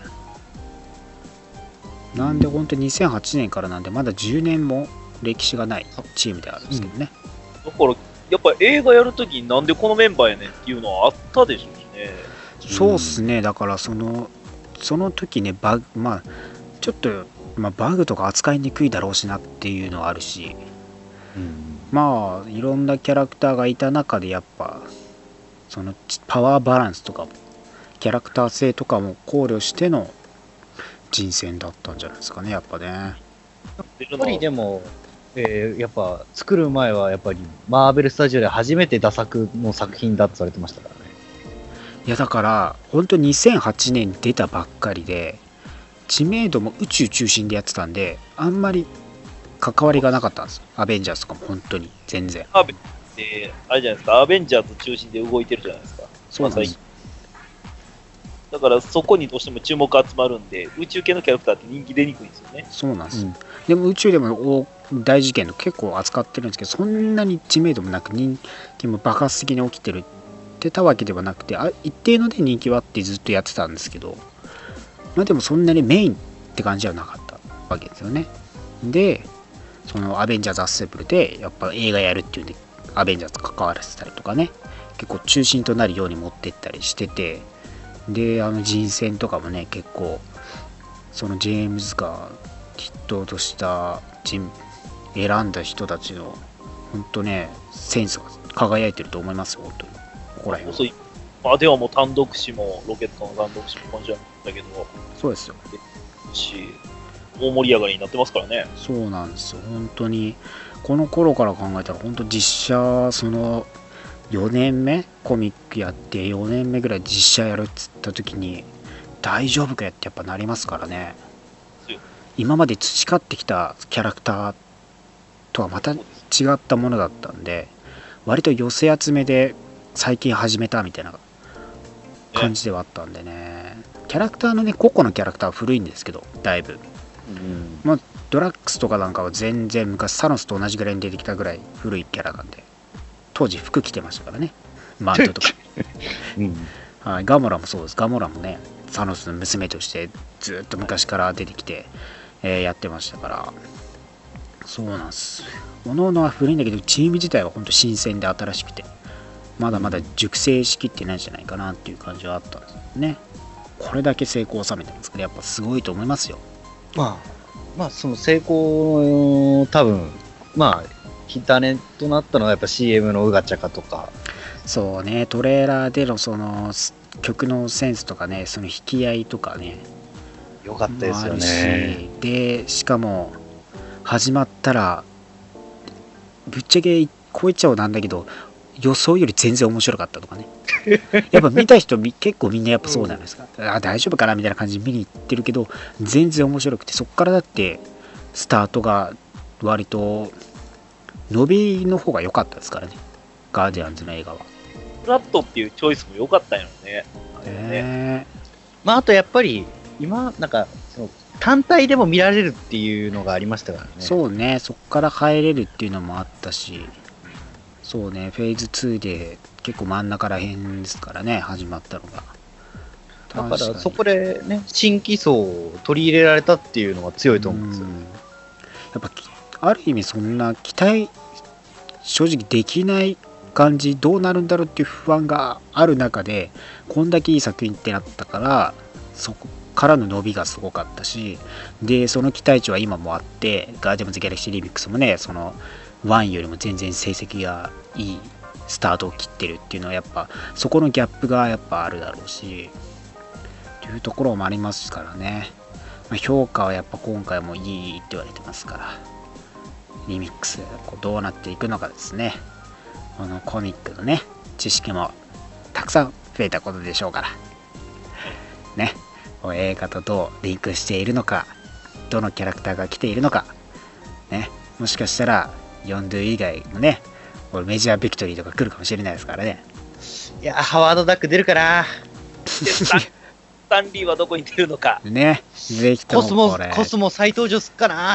なんで本当に2008年からなんでまだ10年も歴史がないチームであるんですけどね。 だから、やっぱ映画やるときになんでこのメンバーやねんっていうのはあったでしょうしね。 そうっすね。だからその時ね、まあちょっと、まあ、バグとか扱いにくいだろうしなっていうのはあるし、まあいろんなキャラクターがいた中でやっぱそのパワーバランスとかもキャラクター性とかも考慮しての人選だったんじゃないですかね、やっぱね。 やっぱりでも、やっぱ作る前はやっぱりマーベルスタジオで初めてダ作の作品だとされてましたからね。 いやだから本当2008年出たばっかりで知名度も宇宙中心でやってたんであんまり関わりがなかったんですよ。アベンジャーズとかも本当に全然。 あれじゃないですか、アベンジャーズ中心で動いてるじゃないですか。 そうなんです。 だからそこにどうしても注目集まるんで、宇宙系のキャラクターって人気出にくいんですよね。 そうなんです。でも宇宙でも大事件の結構扱ってるんですけど、そんなに知名度もなく人気も爆発的に起きてるってたわけではなくて、一定ので人気はあってずっとやってたんですけど、まあでもそんなにメインって感じはなかったわけですよね。で、そのアベンジャーズアッセンブルでやっぱ映画やるっていうんでアベンジャーズ関わらせたりとかね、結構中心となるように持ってったりしてて、で人選とかもね結構そのジェームズが筆頭とした選んだ人たちの本当ねセンスが輝いてると思いますよ。本当にここら辺は。 まあではもう単独誌もロケットの単独誌も今週はだけど、 そうですよ。 大盛り上がりになってますからね。 そうなんですよ。本当にこの頃から考えたら本当実写その4年目コミックやって4年目ぐらい実写やるっつった時に大丈夫かよってやっぱなりますからね。今まで培ってきたキャラクターとはまた違ったものだったんで、割と寄せ集めで最近始めたみたいな感じではあったんでね。キャラクターのね個々のキャラクターは古いんですけどだいぶ、まあドラッグスとかなんかは全然昔サノスと同じぐらいに出てきたぐらい古いキャラなんで、当時服着てましたからね、マントとか、はい、ガモラもそうです。ガモラもねサノスの娘としてずっと昔から出てきて、やってましたから。そうなんです。おのおのは古いんだけどチーム自体は本当新鮮で新しくてまだまだ熟成しきってないんじゃないかなっていう感じはあったんですよね。これだけ成功を収めてますからやっぱすごいと思いますよ。 まあその成功の多分まあ火種となったのはやっぱ CM のウガチャカとか。 そうね、トレーラーでのその曲のセンスとかね、その引き合いとかね良かったですよね。 でしかも始まったらぶっちゃけこう言っちゃうなんだけど予想より全然面白かったとかねやっぱ見た人結構みんなやっぱそうじゃないですか、大丈夫かなみたいな感じで見に行ってるけど全然面白くて、そっからだってスタートが割と伸びの方が良かったですからね、ガーディアンズの映画は。 フラットっていうチョイスも良かったんやろね。 まああとやっぱり今なんかその単体でも見られるっていうのがありましたからね。 そうね、そっから入れるっていうのもあったし、そうね、フェーズ2で結構真ん中らへんですからね、始まったのが。 だからそこでね、新規層を取り入れられたっていうのが強いと思うんですよ。 やっぱある意味そんな期待正直できない感じ、どうなるんだろうっていう不安がある中でこんだけいい作品ってなったから、そこからの伸びがすごかったし、でその期待値は今もあって、ガーディアンズ・ギャラクシー・リミックスもね、その1よりも全然成績がいいスタートを切ってるっていうのはやっぱそこのギャップがやっぱあるだろうしというところもありますからね。評価はやっぱ今回もいいって言われてますから、リミックスどうなっていくのかですね。このコミックのね知識もたくさん増えたことでしょうからね、映画とどうリンクしているのか、どのキャラクターが来ているのかね、もしかしたらヨンドゥ以外のねメジャービクトリーとか来るかもしれないですからね。 いやハワードダック出るかな。 スタンリーはどこに出るのかね、ぜひともこれコスモ再登場すっかな。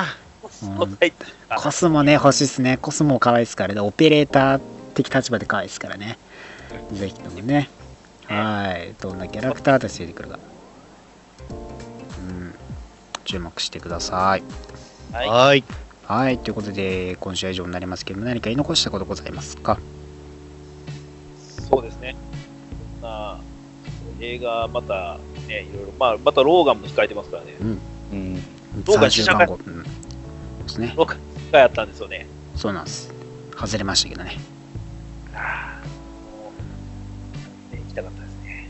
コスモね欲しいですね。コスモ可愛いですからね、オペレーター的立場で可愛いですからね。 ぜひともね、はい、どんなキャラクターたち出てくるか、注目してください。 はい。 はい、ということで、今週は以上になりますけども、何か言い残したことございますか？ そうですね。映画、またね、いろいろ、またローガンも控えてますからね。ローガン試写会ですね。 ローガン試写会やったんですよね。 そうなんです。外れましたけどね。 行きたかったですね。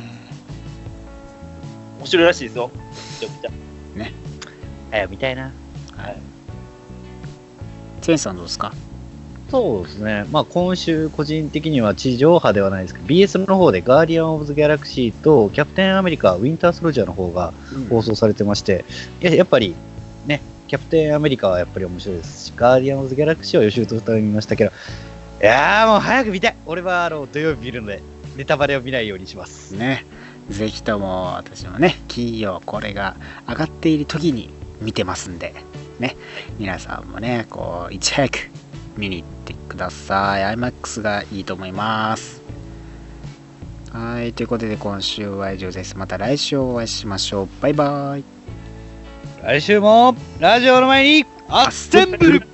面白いらしいですよ。めちゃくちゃ。 ね。 見たいな。 はい。センさんどうですか？ そうですね。今週個人的には地上波ではないですけど、BS の方でガーディアン・オブ・ザ・ギャラクシーとキャプテン・アメリカ・ウィンター・ソルジャーの方が放送されてまして、やっぱりね、キャプテン・アメリカはやっぱり面白いですし、ガーディアン・オブ・ザ・ギャラクシーは予習と見ましたけど、いやーもう早く見たい。俺は土曜日見るので、ネタバレを見ないようにします。 ね。ぜひとも私もね、金曜これが上がっている時に見てますんで、ね、皆さんもね、いち早く見に行ってください。IMAX がいいと思います。はい、ということで今週は以上です。また来週お会いしましょう。バイバイ。 来週もラジオの前にアッセンブル